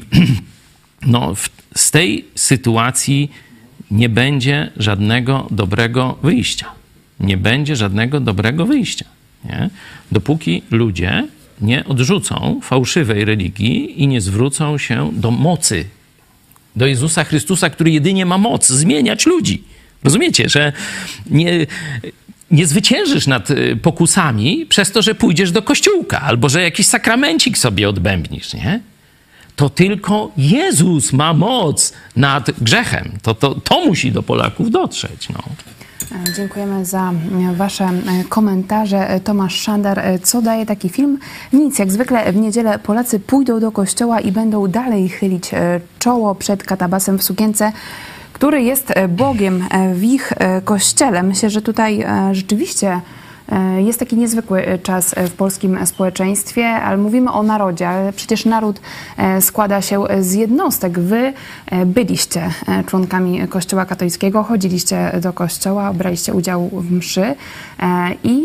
no, w, z tej sytuacji nie będzie żadnego dobrego wyjścia. Nie będzie żadnego dobrego wyjścia. Nie? Dopóki ludzie nie odrzucą fałszywej religii i nie zwrócą się do mocy, do Jezusa Chrystusa, który jedynie ma moc zmieniać ludzi. Rozumiecie, że nie, nie zwyciężysz nad pokusami przez to, że pójdziesz do kościółka albo że jakiś sakramencik sobie odbębnisz, nie? To tylko Jezus ma moc nad grzechem. To, to, to musi do Polaków dotrzeć. No. Dziękujemy za wasze komentarze. Tomasz Szandar, co daje taki film? Nic. Jak zwykle w niedzielę Polacy pójdą do kościoła i będą dalej chylić czoło przed katabasem w sukience, który jest Bogiem w ich kościele. Myślę, że tutaj rzeczywiście jest taki niezwykły czas w polskim społeczeństwie, ale mówimy o narodzie, ale przecież naród składa się z jednostek. Wy byliście członkami Kościoła katolickiego, chodziliście do kościoła, braliście udział w mszy i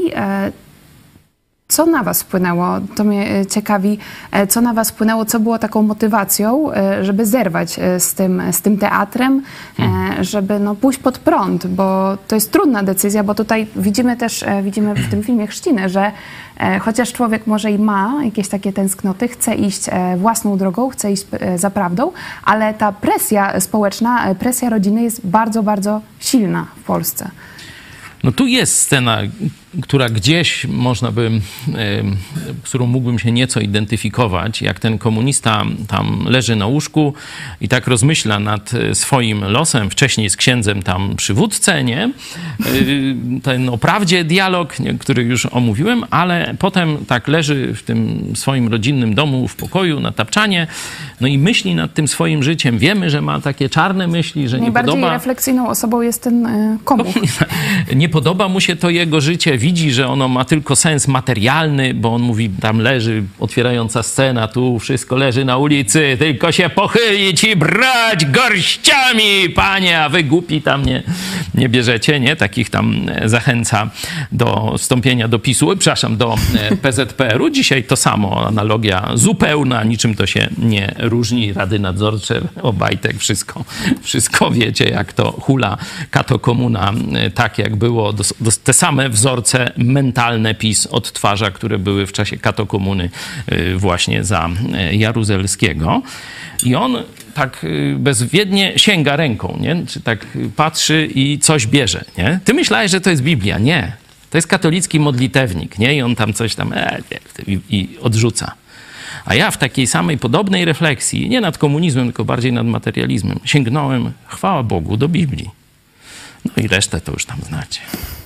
co na was wpłynęło? To mnie ciekawi, co na was wpłynęło, co było taką motywacją, żeby zerwać z tym, z tym teatrem, hmm. żeby no, pójść pod prąd, bo to jest trudna decyzja, bo tutaj widzimy też, widzimy w tym filmie Chrzciny, że chociaż człowiek może i ma jakieś takie tęsknoty, chce iść własną drogą, chce iść za prawdą, ale ta presja społeczna, presja rodziny jest bardzo, bardzo silna w Polsce. No tu jest scena, która gdzieś można by, którą mógłbym się nieco identyfikować, jak ten komunista tam leży na łóżku i tak rozmyśla nad swoim losem, wcześniej z księdzem tam przywódcę, nie? Ten o prawdzie dialog, który już omówiłem, ale potem tak leży w tym swoim rodzinnym domu, w pokoju, na tapczanie, no i myśli nad tym swoim życiem. Wiemy, że ma takie czarne myśli, że nie podoba... Najbardziej refleksyjną osobą jest ten komuch. Nie podoba mu się to jego życie, widzi, że ono ma tylko sens materialny, bo on mówi, tam leży otwierająca scena, tu wszystko leży na ulicy, tylko się pochylić i brać garściami, panie, a wy głupi tam nie, nie bierzecie, nie? Takich tam zachęca do wstąpienia do PiSu, przepraszam, do P Z P R u. Dzisiaj to samo, analogia zupełna, niczym to się nie różni. Rady nadzorcze, Obajtek, wszystko, wszystko wiecie, jak to hula katokomuna, tak jak było, do, do, te same wzorce mentalne PiS odtwarza, które były w czasie katokomuny właśnie za Jaruzelskiego. I on tak bezwiednie sięga ręką, nie? Czy tak patrzy i coś bierze, nie? Ty myślałeś, że to jest Biblia. Nie. To jest katolicki modlitewnik, nie? I on tam coś tam e, i, i odrzuca. A ja w takiej samej podobnej refleksji, nie nad komunizmem, tylko bardziej nad materializmem, sięgnąłem, chwała Bogu, do Biblii. No i resztę to już tam znacie.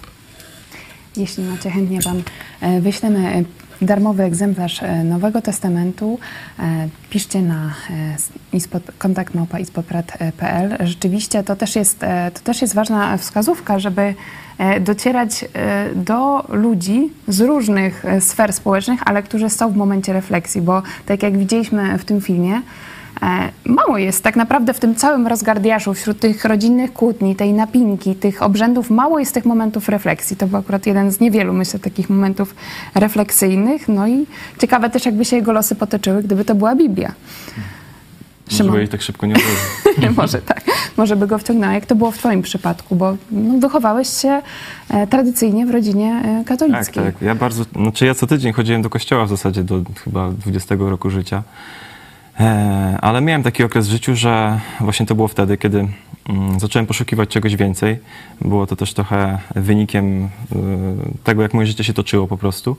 Jeśli macie, chętnie wam wyślemy darmowy egzemplarz Nowego Testamentu. Piszcie na kontakt małpa ispodprat kropka p l. Rzeczywiście to też jest, to też jest ważna wskazówka, żeby docierać do ludzi z różnych sfer społecznych, ale którzy są w momencie refleksji, bo tak jak widzieliśmy w tym filmie, mało jest tak naprawdę w tym całym rozgardiaszu, wśród tych rodzinnych kłótni, tej napinki, tych obrzędów, mało jest tych momentów refleksji. To był akurat jeden z niewielu, myślę, takich momentów refleksyjnych. No i ciekawe też, jakby się jego losy potoczyły, gdyby to była Biblia. Szymon. Może tak szybko nie odłoży. Może tak. Może by go wciągnęła. Jak to było w twoim przypadku? Bo no, wychowałeś się e, tradycyjnie w rodzinie e, katolickiej. Tak, tak. Ja bardzo, znaczy ja co tydzień chodziłem do kościoła w zasadzie do chyba dwudziestego roku życia. E, ale miałem taki okres w życiu, że właśnie to było wtedy, kiedy mm, zacząłem poszukiwać czegoś więcej. Było to też trochę wynikiem y, tego, jak moje życie się toczyło po prostu.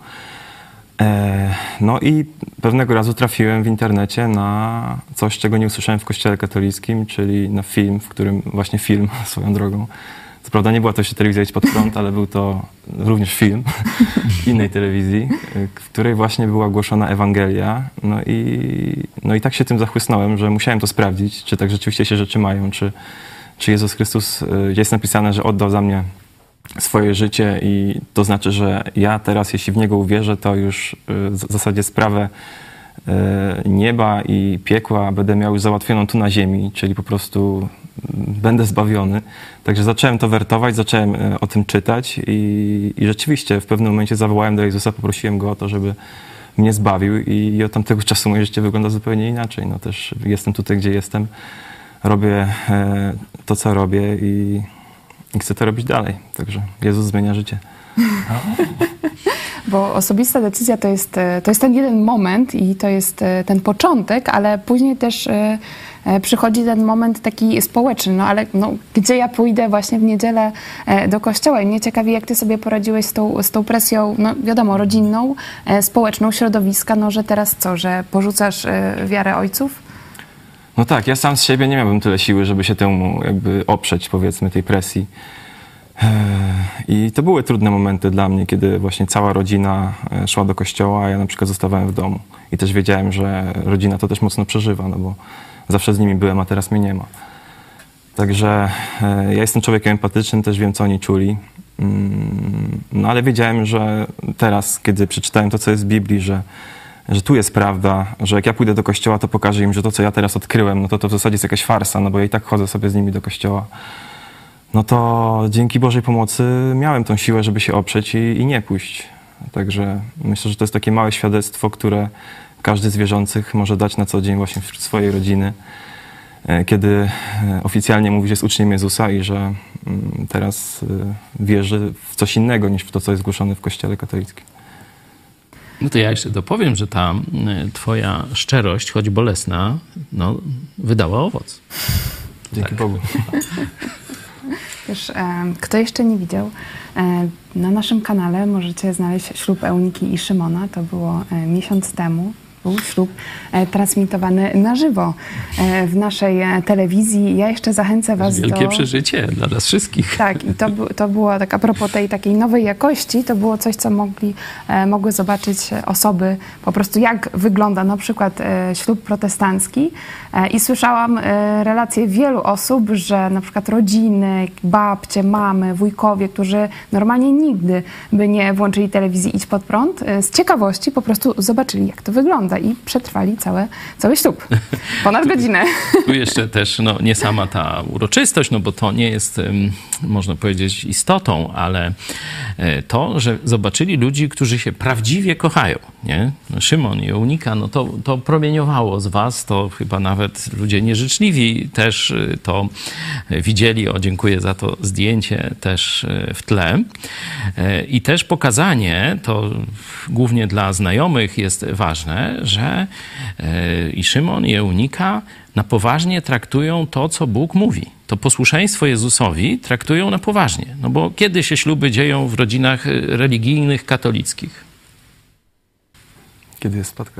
No i pewnego razu trafiłem w internecie na coś, czego nie usłyszałem w kościele katolickim, czyli na film, w którym właśnie film, swoją drogą. Co prawda nie była to jeszcze telewizja Idź Pod Prąd, ale był to również film innej telewizji, w której właśnie była głoszona Ewangelia. No i, no i tak się tym zachłysnąłem, że musiałem to sprawdzić, czy tak rzeczywiście się rzeczy mają, czy, czy Jezus Chrystus, jest napisane, że oddał za mnie swoje życie i to znaczy, że ja teraz, jeśli w Niego uwierzę, to już w zasadzie sprawę nieba i piekła będę miał już załatwioną tu na ziemi, czyli po prostu będę zbawiony. Także zacząłem to wertować, zacząłem o tym czytać i, i rzeczywiście w pewnym momencie zawołałem do Jezusa, poprosiłem Go o to, żeby mnie zbawił i, i od tamtego czasu moje życie wygląda zupełnie inaczej. No też jestem tutaj, gdzie jestem, robię to, co robię i I chcę to robić dalej. Także Jezus zmienia życie. Bo osobista decyzja to jest, to jest ten jeden moment i to jest ten początek, ale później też przychodzi ten moment taki społeczny. No ale no, gdzie ja pójdę właśnie w niedzielę do kościoła? I mnie ciekawi, jak ty sobie poradziłeś z tą, z tą presją, no wiadomo, rodzinną, społeczną, środowiska, no że teraz co, że porzucasz wiarę ojców? No tak, ja sam z siebie nie miałbym tyle siły, żeby się temu jakby oprzeć, powiedzmy, tej presji. I to były trudne momenty dla mnie, kiedy właśnie cała rodzina szła do kościoła, a ja na przykład zostawałem w domu. I też wiedziałem, że rodzina to też mocno przeżywa, no bo zawsze z nimi byłem, a teraz mnie nie ma. Także ja jestem człowiekiem empatycznym, też wiem, co oni czuli. No ale wiedziałem, że teraz, kiedy przeczytałem to, co jest w Biblii, że że tu jest prawda, że jak ja pójdę do kościoła, to pokażę im, że to, co ja teraz odkryłem, no to to w zasadzie jest jakaś farsa, no bo ja i tak chodzę sobie z nimi do kościoła. No to dzięki Bożej pomocy miałem tą siłę, żeby się oprzeć i, i nie pójść. Także myślę, że to jest takie małe świadectwo, które każdy z wierzących może dać na co dzień właśnie wśród swojej rodziny, kiedy oficjalnie mówi, że jest uczniem Jezusa i że teraz wierzy w coś innego niż w to, co jest głoszone w kościele katolickim. No to ja jeszcze dopowiem, że ta twoja szczerość, choć bolesna, no, wydała owoc. Dzięki tak. Bogu. Wiesz, kto jeszcze nie widział, na naszym kanale możecie znaleźć ślub Euniki i Szymona. To było miesiąc temu. był ślub e, transmitowany na żywo e, w naszej e, telewizji. Ja jeszcze zachęcę was Wielkie do... Wielkie przeżycie dla nas wszystkich. Tak, i to, to było tak a propos tej takiej nowej jakości, to było coś, co mogli, e, mogły zobaczyć osoby po prostu, jak wygląda na przykład e, ślub protestancki. E, I słyszałam e, relacje wielu osób, że na przykład rodziny, babcie, mamy, wujkowie, którzy normalnie nigdy by nie włączyli telewizji Idź Pod Prąd, e, z ciekawości po prostu zobaczyli, jak to wygląda i przetrwali całe, cały ślub. Ponad godzinę. Tu jeszcze też no, nie sama ta uroczystość, no bo to nie jest, można powiedzieć, istotą, ale to, że zobaczyli ludzi, którzy się prawdziwie kochają, nie? Szymon i Eunika, no to, to promieniowało z was, to chyba nawet ludzie nieżyczliwi też to widzieli. O, dziękuję za to zdjęcie też w tle. I też pokazanie, to głównie dla znajomych jest ważne, że i Szymon, i Eunika na poważnie traktują to, co Bóg mówi. To posłuszeństwo Jezusowi traktują na poważnie. No bo kiedy się śluby dzieją w rodzinach religijnych, katolickich? Kiedy jest spadka?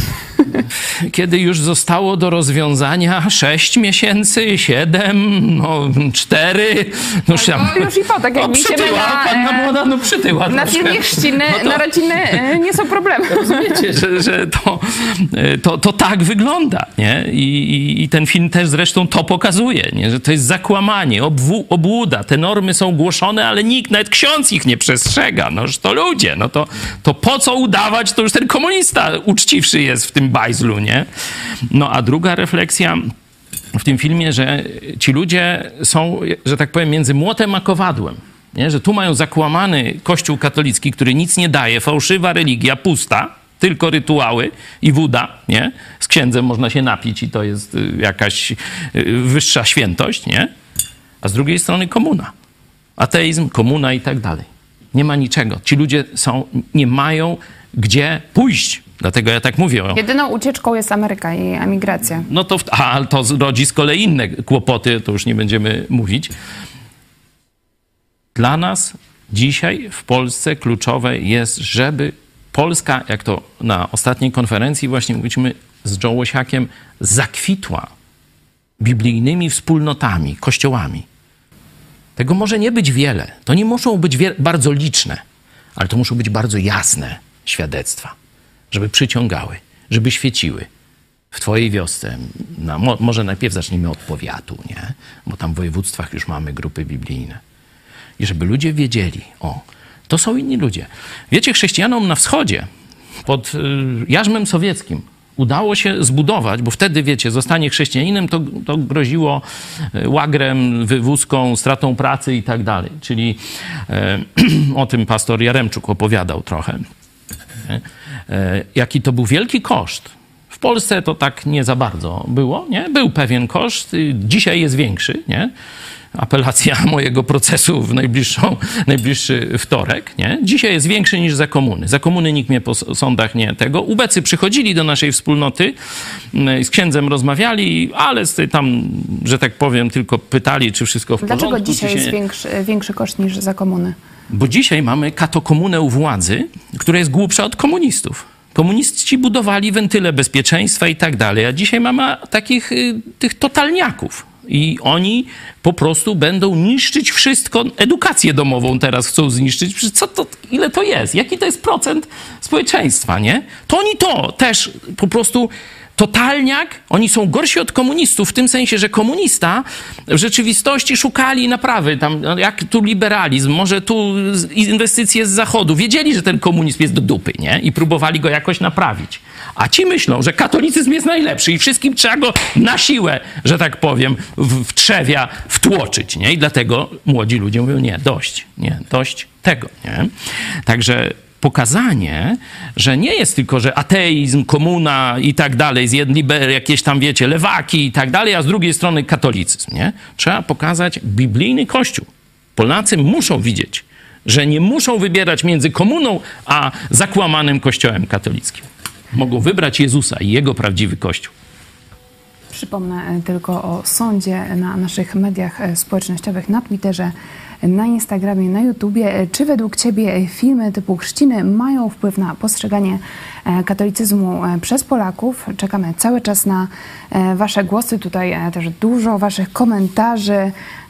Kiedy już zostało do rozwiązania sześć miesięcy, siedem, no cztery. No już, tam, no już i po, tak jak o, mi się przytyła, panna młoda, no przytyła. Na troszkę. filmie chrzciny, No to, narodziny nie są problemy. Rozumiecie, że, że to, to, to tak wygląda, nie? I, i, I ten film też zresztą to pokazuje, nie? Że to jest zakłamanie, obwu, obłuda. Te normy są głoszone, ale nikt, nawet ksiądz ich nie przestrzega. No już to ludzie, no to, to po co udawać, to już ten komunista uczciwszy jest w tym bajzlu, nie? No a druga refleksja w tym filmie, że ci ludzie są, że tak powiem, między młotem a kowadłem. Nie? Że tu mają zakłamany Kościół katolicki, który nic nie daje, fałszywa religia, pusta, tylko rytuały i woda, nie? Z księdzem można się napić i to jest jakaś wyższa świętość, nie? A z drugiej strony komuna. Ateizm, komuna i tak dalej. Nie ma niczego. Ci ludzie są, nie mają gdzie pójść. Dlatego ja tak mówię. Jedyną ucieczką jest Ameryka i emigracja. No to, a to rodzi z kolei inne kłopoty, to już nie będziemy mówić. Dla nas dzisiaj w Polsce kluczowe jest, żeby Polska, jak to na ostatniej konferencji właśnie mówiliśmy z Joe Łosiakiem, zakwitła biblijnymi wspólnotami, kościołami. Tego może nie być wiele. To nie muszą być bardzo liczne, ale to muszą być bardzo jasne świadectwa, żeby przyciągały, żeby świeciły w twojej wiosce. No, mo, może najpierw zacznijmy od powiatu, nie? Bo tam w województwach już mamy grupy biblijne. I żeby ludzie wiedzieli, o, to są inni ludzie. Wiecie, chrześcijanom na wschodzie, pod y, jarzmem sowieckim, udało się zbudować, bo wtedy, wiecie, zostanie chrześcijaninem to, to groziło łagrem, wywózką, stratą pracy i tak dalej. Czyli e, o tym pastor Jaremczuk opowiadał trochę. E, jaki to był wielki koszt. W Polsce to tak nie za bardzo było, nie? Był pewien koszt, dzisiaj jest większy, nie? Apelacja mojego procesu w najbliższą, najbliższy wtorek, nie? Dzisiaj jest większy niż za komuny. Za komuny nikt mnie po sądach nie tego. Ubecy przychodzili do naszej wspólnoty, z księdzem rozmawiali, ale tam, że tak powiem, tylko pytali, czy wszystko w porządku. Dlaczego dzisiaj się... jest większy, większy koszt niż za komuny? Bo dzisiaj mamy katokomunę u władzy, która jest głupsza od komunistów. Komuniści budowali wentyle bezpieczeństwa i tak dalej, a dzisiaj mamy takich y, tych totalniaków. I oni po prostu będą niszczyć wszystko. Edukację domową teraz chcą zniszczyć. Co to, ile to jest? Jaki to jest procent społeczeństwa, nie? To oni to też po prostu totalniak. Oni są gorsi od komunistów w tym sensie, że komunista w rzeczywistości szukali naprawy. Tam, jak tu liberalizm, może tu inwestycje z zachodu. Wiedzieli, że ten komunizm jest do dupy, nie? I próbowali go jakoś naprawić. A ci myślą, że katolicyzm jest najlepszy i wszystkim trzeba go na siłę, że tak powiem, w, w trzewia wtłoczyć, nie? I dlatego młodzi ludzie mówią, nie, dość, nie, dość tego, nie? Także pokazanie, że nie jest tylko, że ateizm, komuna i tak dalej, zjedliber, jakieś tam, wiecie, lewaki i tak dalej, a z drugiej strony katolicyzm, nie? Trzeba pokazać biblijny Kościół. Polacy muszą widzieć, że nie muszą wybierać między komuną a zakłamanym Kościołem katolickim. Mogą wybrać Jezusa i Jego prawdziwy Kościół. Przypomnę tylko o sądzie na naszych mediach społecznościowych, na Twitterze na Instagramie, na YouTubie. Czy według Ciebie filmy typu chrzciny mają wpływ na postrzeganie katolicyzmu przez Polaków? Czekamy cały czas na Wasze głosy. Tutaj też dużo Waszych komentarzy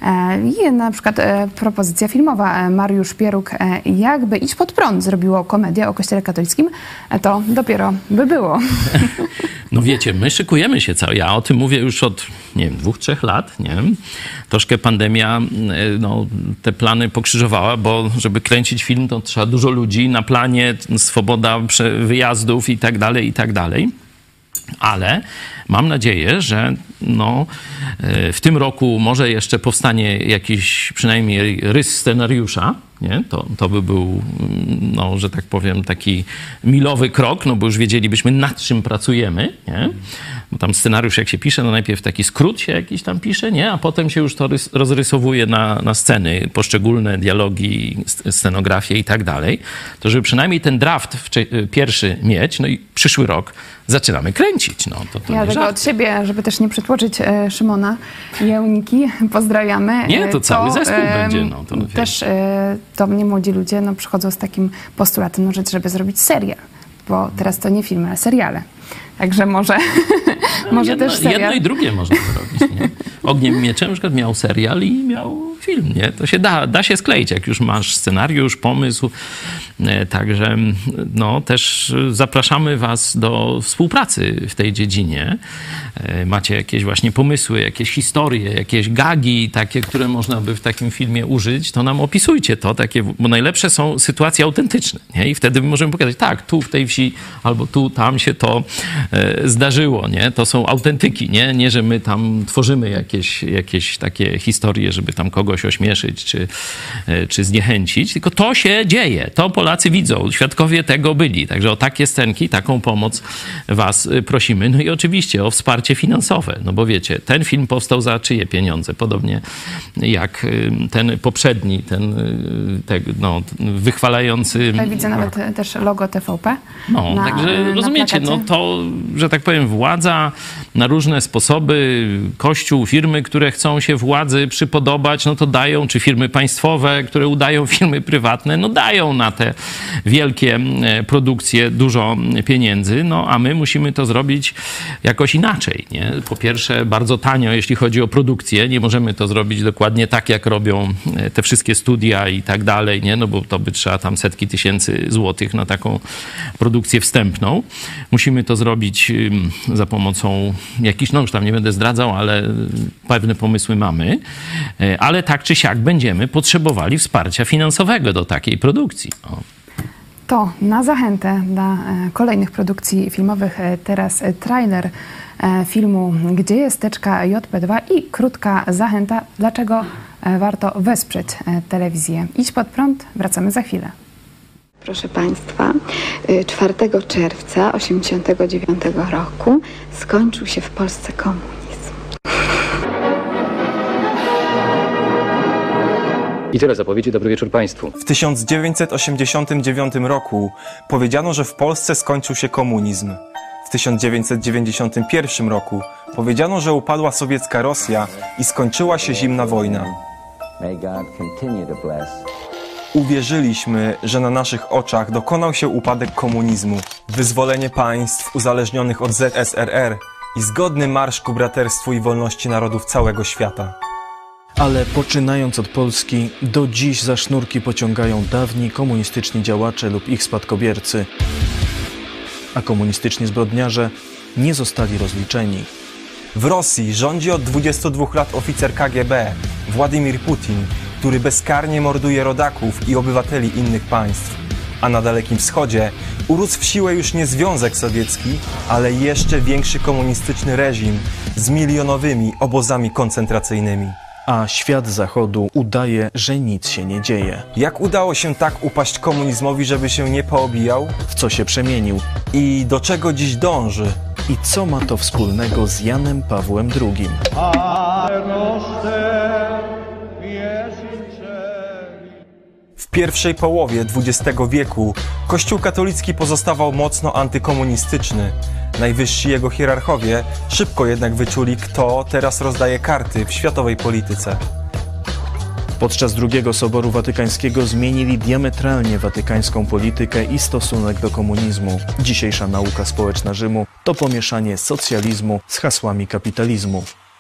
i na przykład propozycja filmowa. Mariusz Pieruk, jakby Idź pod prąd zrobiło komedię o Kościele katolickim, to dopiero by było. No wiecie, my szykujemy się cały. Ja o tym mówię już od, nie wiem, dwóch, trzech lat, nie? Troszkę pandemia no, te plany pokrzyżowała, bo żeby kręcić film, to trzeba dużo ludzi na planie, swoboda wyjazdów i tak dalej, i tak dalej. Ale mam nadzieję, że no, w tym roku może jeszcze powstanie jakiś przynajmniej rys scenariusza. Nie? To, to by był, no, że tak powiem, taki milowy krok, no bo już wiedzielibyśmy, nad czym pracujemy. Nie? Bo tam scenariusz, jak się pisze, no najpierw taki skrót się jakiś tam pisze, nie? A potem się już to rys- rozrysowuje na, na sceny, poszczególne dialogi, scenografię i tak dalej. To żeby przynajmniej ten draft wcze- pierwszy mieć, no i przyszły rok zaczynamy kręcić. No, to, to ja nie tego żart. od siebie, żeby też nie przytłoczyć e, Szymona i Euniki, pozdrawiamy. Nie, to cały zespół e, będzie. No, to też e, do mnie młodzi ludzie no, przychodzą z takim postulatem, no, że żeby zrobić serial, bo teraz to nie filmy, ale seriale. Także może, no, może jedno, też serial. jedno i drugie można zrobić. Nie? Ogniem i mieczem na przykład miał serial i miał film. Nie? To się da, da się skleić, jak już masz scenariusz, pomysł. Także no, też zapraszamy Was do współpracy w tej dziedzinie. Macie jakieś właśnie pomysły, jakieś historie, jakieś gagi takie, które można by w takim filmie użyć, to nam opisujcie to, takie, bo najlepsze są sytuacje autentyczne. Nie? I wtedy możemy pokazać, tak, tu w tej wsi albo tu, tam się to e, zdarzyło. Nie? To są autentyki, nie? Nie, że my tam tworzymy jakieś, jakieś takie historie, żeby tam kogoś ośmieszyć czy, e, czy zniechęcić, tylko to się dzieje. To Polacy widzą, świadkowie tego byli. Także o takie scenki, taką pomoc Was prosimy. No i oczywiście o wsparcie finansowe, no bo wiecie, ten film powstał za czyje pieniądze? Podobnie jak ten poprzedni, ten te, no, wychwalający... Tutaj widzę nawet też logo T V P. No, na, także na rozumiecie, plakacie. no to, że tak powiem, władza na różne sposoby, kościół, firmy, które chcą się władzy przypodobać, no to dają, czy firmy państwowe, które udają firmy prywatne, no dają na te wielkie produkcje dużo pieniędzy, no a my musimy to zrobić jakoś inaczej, nie? Po pierwsze, bardzo tanio, jeśli chodzi o produkcję, nie możemy to zrobić dokładnie tak, jak robią te wszystkie studia i tak dalej, nie? No bo to by trzeba tam setki tysięcy złotych na taką produkcję wstępną. Musimy to zrobić za pomocą jakichś, no już tam nie będę zdradzał, ale pewne pomysły mamy, ale tak czy siak będziemy potrzebowali wsparcia finansowego do takiej produkcji. O. To na zachętę dla e, kolejnych produkcji filmowych e, teraz e, trailer e, filmu Gdzie jest teczka J P dwa i krótka zachęta, dlaczego e, warto wesprzeć e, telewizję. Idź pod prąd, wracamy za chwilę. Proszę Państwa, czwartego czerwca tysiąc dziewięćset osiemdziesiątego dziewiątego roku skończył się w Polsce komunizm. I tyle zapowiedzi. Dobry wieczór Państwu. W tysiąc dziewięćset osiemdziesiątym dziewiątym roku powiedziano, że w Polsce skończył się komunizm. W tysiąc dziewięćset dziewięćdziesiątym pierwszym roku powiedziano, że upadła sowiecka Rosja i skończyła się zimna wojna. Uwierzyliśmy, że na naszych oczach dokonał się upadek komunizmu, wyzwolenie państw uzależnionych od Z S R R i zgodny marsz ku braterstwu i wolności narodów całego świata. Ale poczynając od Polski, do dziś za sznurki pociągają dawni komunistyczni działacze lub ich spadkobiercy, a komunistyczni zbrodniarze nie zostali rozliczeni. W Rosji rządzi od dwudziestu dwóch lat oficer K G B, Władimir Putin, który bezkarnie morduje rodaków i obywateli innych państw. A na Dalekim Wschodzie urósł w siłę już nie Związek Sowiecki, ale jeszcze większy komunistyczny reżim z milionowymi obozami koncentracyjnymi. A świat zachodu udaje, że nic się nie dzieje. Jak udało się tak upaść komunizmowi, żeby się nie poobijał? W co się przemienił? I do czego dziś dąży? I co ma to wspólnego z Janem Pawłem drugim? W pierwszej połowie dwudziestego wieku Kościół katolicki pozostawał mocno antykomunistyczny. Najwyżsi jego hierarchowie szybko jednak wyczuli, kto teraz rozdaje karty w światowej polityce. Podczas drugiego Soboru Watykańskiego zmienili diametralnie watykańską politykę i stosunek do komunizmu. Dzisiejsza nauka społeczna Rzymu to pomieszanie socjalizmu z hasłami kapitalizmu.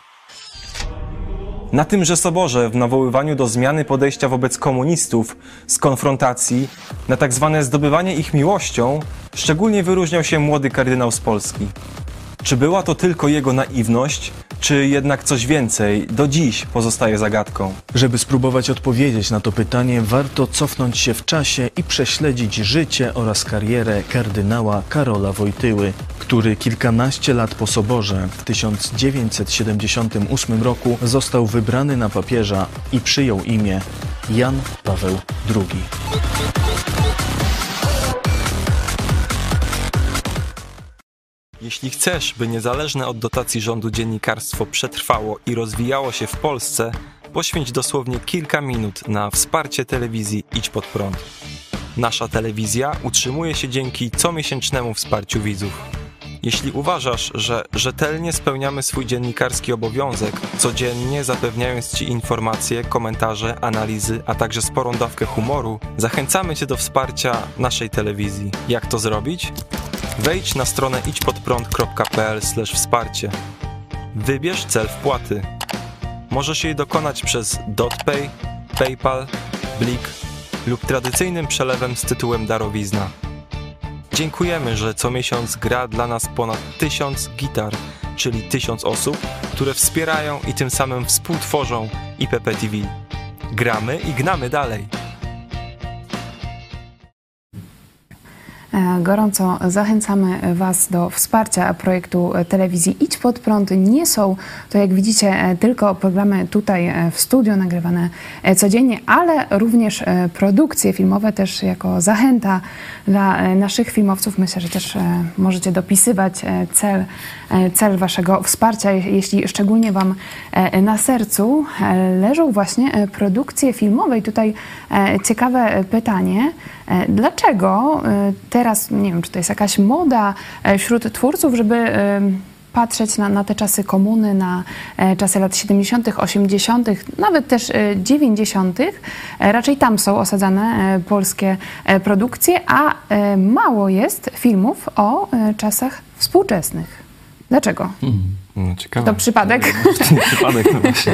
Na tymże soborze, w nawoływaniu do zmiany podejścia wobec komunistów, z konfrontacji, na tak zwane zdobywanie ich miłością, szczególnie wyróżniał się młody kardynał z Polski. Czy była to tylko jego naiwność, czy jednak coś więcej, do dziś pozostaje zagadką. Żeby spróbować odpowiedzieć na to pytanie, warto cofnąć się w czasie i prześledzić życie oraz karierę kardynała Karola Wojtyły, który kilkanaście lat po soborze w tysiąc dziewięćset siedemdziesiątym ósmym roku został wybrany na papieża i przyjął imię Jan Paweł drugi. Jeśli chcesz, by niezależne od dotacji rządu dziennikarstwo przetrwało i rozwijało się w Polsce, poświęć dosłownie kilka minut na wsparcie telewizji Idź Pod Prąd. Nasza telewizja utrzymuje się dzięki comiesięcznemu wsparciu widzów. Jeśli uważasz, że rzetelnie spełniamy swój dziennikarski obowiązek, codziennie zapewniając Ci informacje, komentarze, analizy, a także sporą dawkę humoru, zachęcamy Cię do wsparcia naszej telewizji. Jak to zrobić? Wejdź na stronę idźpodprąd kropka p l slash wsparcie. Wybierz cel wpłaty. Możesz jej dokonać przez DotPay, PayPal, Blik lub tradycyjnym przelewem z tytułem darowizna. Dziękujemy, że co miesiąc gra dla nas ponad tysiąc gitar, czyli tysiąc osób, które wspierają i tym samym współtworzą I P P T V. Gramy i gnamy dalej. Gorąco zachęcamy Was do wsparcia projektu telewizji Idź Pod Prąd. Nie są to, jak widzicie, tylko programy tutaj w studiu nagrywane codziennie, ale również produkcje filmowe też jako zachęta dla naszych filmowców. Myślę, że też możecie dopisywać cel, cel Waszego wsparcia, jeśli szczególnie Wam na sercu leżą właśnie produkcje filmowe. I tutaj ciekawe pytanie, dlaczego teraz, nie wiem, czy to jest jakaś moda wśród twórców, żeby patrzeć na, na te czasy komuny, na czasy lat siedemdziesiątych, osiemdziesiątych, nawet też dziewięćdziesiątych. Raczej tam są osadzane polskie produkcje, a mało jest filmów o czasach współczesnych. Dlaczego? No, ciekawe. To przypadek? To nie przypadek, no właśnie.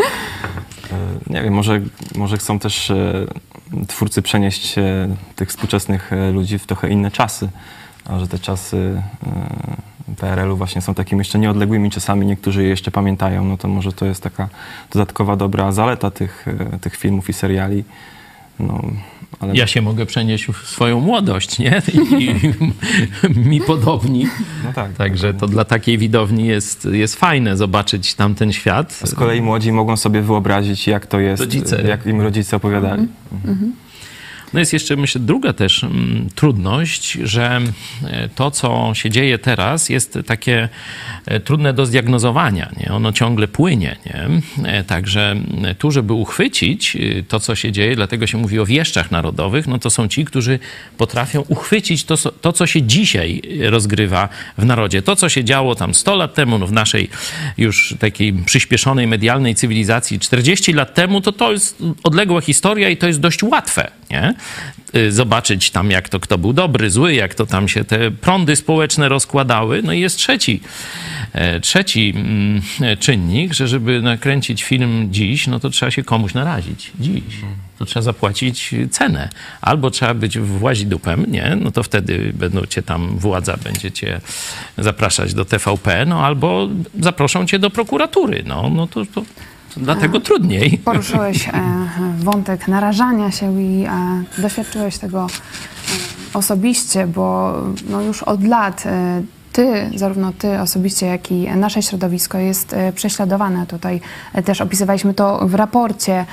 Nie wiem, może, może chcą też twórcy przenieść tych współczesnych ludzi w trochę inne czasy, a że te czasy P R L u właśnie są takimi jeszcze nieodległymi czasami, niektórzy je jeszcze pamiętają, no to może to jest taka dodatkowa dobra zaleta tych, tych filmów i seriali. No, ale... Ja się mogę przenieść w swoją młodość, nie? I, i mi podobni. No tak, Także to dla takiej widowni jest, jest fajne zobaczyć tamten świat. A z kolei młodzi mogą sobie wyobrazić, jak to jest, rodzice. jak im rodzice opowiadali. Mhm. Mhm. No jest jeszcze, myślę, druga też mm, trudność, że to, co się dzieje teraz, jest takie e, trudne do zdiagnozowania. Nie? Ono ciągle płynie. Nie? E, także tu, żeby uchwycić to, co się dzieje, dlatego się mówi o wieszczach narodowych, no to są ci, którzy potrafią uchwycić to, to co się dzisiaj rozgrywa w narodzie. To, co się działo tam sto lat temu, no w naszej już takiej przyspieszonej medialnej cywilizacji czterdzieści lat temu, to to jest odległa historia i to jest dość łatwe. Nie? Zobaczyć tam, jak to kto był dobry, zły, jak to tam się te prądy społeczne rozkładały. No i jest trzeci, trzeci czynnik, że żeby nakręcić film dziś, no to trzeba się komuś narazić. Dziś. To trzeba zapłacić cenę. Albo trzeba być włazi dupem, nie? No to wtedy będą cię tam, władza będzie cię zapraszać do T V P, no albo zaproszą cię do prokuratury. No, no to... to dlatego trudniej. Poruszyłeś wątek narażania się i doświadczyłeś tego osobiście, bo no już od lat ty, zarówno ty osobiście, jak i nasze środowisko jest prześladowane. Tutaj też opisywaliśmy to w raporcie.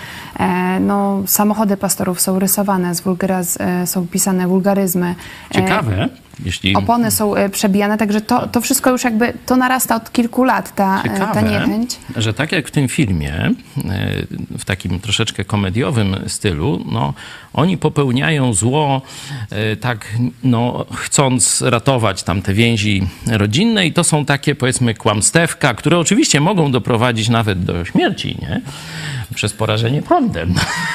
No, samochody pastorów są rysowane, z wulgaryz, są pisane wulgaryzmy. Ciekawe, Jeśli... Opony są e, przebijane, także to, to wszystko już jakby, to narasta od kilku lat, ta, e, ta niechęć. Że tak jak w tym filmie, e, w takim troszeczkę komediowym stylu, no, oni popełniają zło e, tak, no, chcąc ratować tam te więzi rodzinne i to są takie, powiedzmy, kłamstewka, które oczywiście mogą doprowadzić nawet do śmierci, nie? Przez porażenie prądem.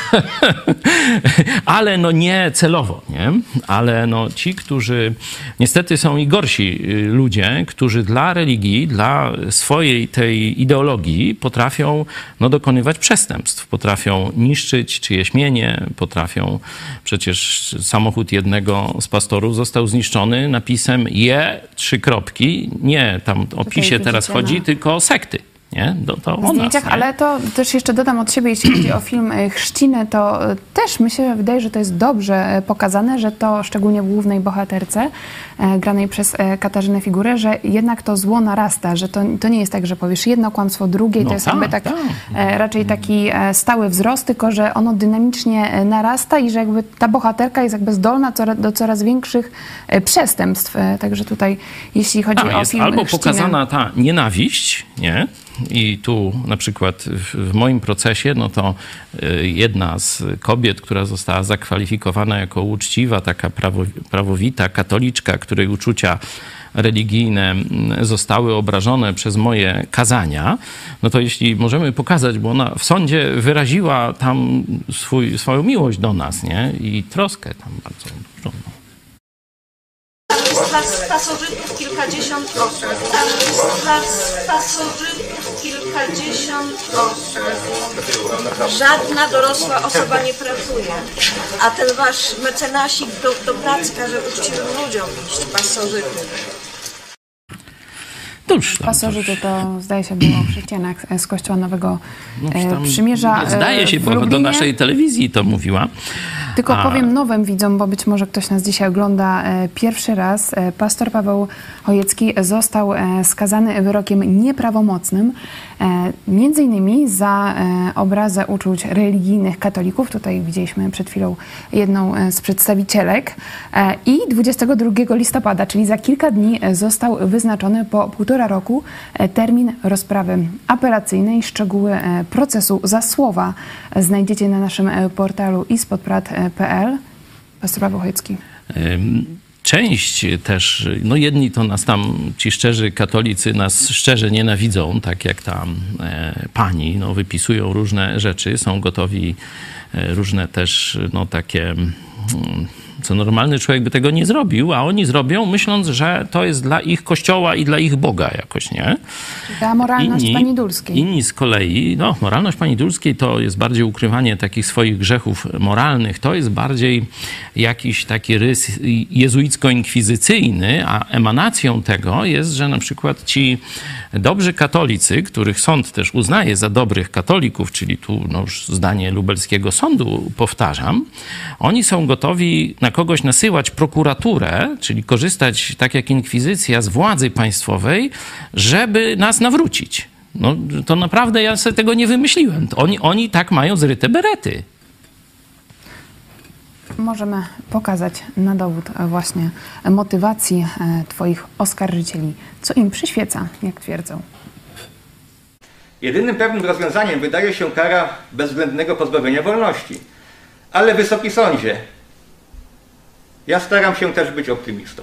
Ale no nie celowo, nie? Ale no ci, którzy niestety są i gorsi ludzie, którzy dla religii, dla swojej tej ideologii potrafią no, dokonywać przestępstw, potrafią niszczyć czyjeś mienie, potrafią, przecież samochód jednego z pastorów został zniszczony napisem je, trzy kropki, nie tam o PiSie teraz chodzi, tylko sekty. Nie? To, to w zdjęciach, ale to też jeszcze dodam od siebie, jeśli chodzi o film Chrzciny, to też mi się wydaje, że to jest dobrze pokazane, że to szczególnie w głównej bohaterce granej przez Katarzynę Figurę, że jednak to zło narasta, że to, to nie jest tak, że powiesz jedno kłamstwo, drugie, no to jest tak, jakby tak, tak. raczej taki stały wzrost, tylko że ono dynamicznie narasta i że jakby ta bohaterka jest jakby zdolna do coraz większych przestępstw. Także tutaj, jeśli chodzi A, o jest film albo Chrzciny, pokazana ta nienawiść, nie? I tu na przykład w, w moim procesie, no to y, jedna z kobiet, która została zakwalifikowana jako uczciwa, taka prawo, prawowita katoliczka, której uczucia religijne zostały obrażone przez moje kazania, no to jeśli możemy pokazać, bo ona w sądzie wyraziła tam swój, swoją miłość do nas, nie? I troskę tam bardzo dużą. Plac pasożytów kilkadziesiąt osób. Plac pasożytów kilkadziesiąt osób. Żadna dorosła osoba nie pracuje. A ten wasz mecenasik do, do pracy każe uczciwym ludziom iść. Pasożyty. Pasożyty to zdaje się było chrześcijanek z Kościoła Nowego no, Przymierza. Zdaje się, bo do naszej telewizji to mówiła. Tylko A... powiem nowym widzom, bo być może ktoś nas dzisiaj ogląda pierwszy raz. Pastor Paweł Chojecki został skazany wyrokiem nieprawomocnym, między innymi za obrazę uczuć religijnych katolików. Tutaj widzieliśmy przed chwilą jedną z przedstawicielek. I dwudziestego drugiego listopada, czyli za kilka dni, został wyznaczony po półtora roku termin rozprawy apelacyjnej. Szczegóły procesu za słowa znajdziecie na naszym portalu i spodprat kropka p l. Pastor Paweł Chojecki. Część też, no jedni to nas tam, ci szczerzy katolicy nas szczerze nienawidzą, tak jak tam e, pani, no wypisują różne rzeczy, są gotowi e, różne też, no takie... Mm, co normalny człowiek by tego nie zrobił, a oni zrobią, myśląc, że to jest dla ich kościoła i dla ich Boga jakoś, nie? Ta moralność inni, pani Dulskiej. Inni z kolei, no moralność pani Dulskiej to jest bardziej ukrywanie takich swoich grzechów moralnych, to jest bardziej jakiś taki rys jezuicko-inkwizycyjny, a emanacją tego jest, że na przykład ci dobrzy katolicy, których sąd też uznaje za dobrych katolików, czyli tu no już zdanie lubelskiego sądu powtarzam, oni są gotowi na kogoś nasyłać prokuraturę, czyli korzystać, tak jak inkwizycja, z władzy państwowej, żeby nas nawrócić. No to naprawdę ja sobie tego nie wymyśliłem. Oni, oni tak mają zryte berety. Możemy pokazać na dowód właśnie motywacji twoich oskarżycieli, co im przyświeca, jak twierdzą. Jedynym pewnym rozwiązaniem wydaje się kara bezwzględnego pozbawienia wolności. Ale Wysoki Sądzie, ja staram się też być optymistą.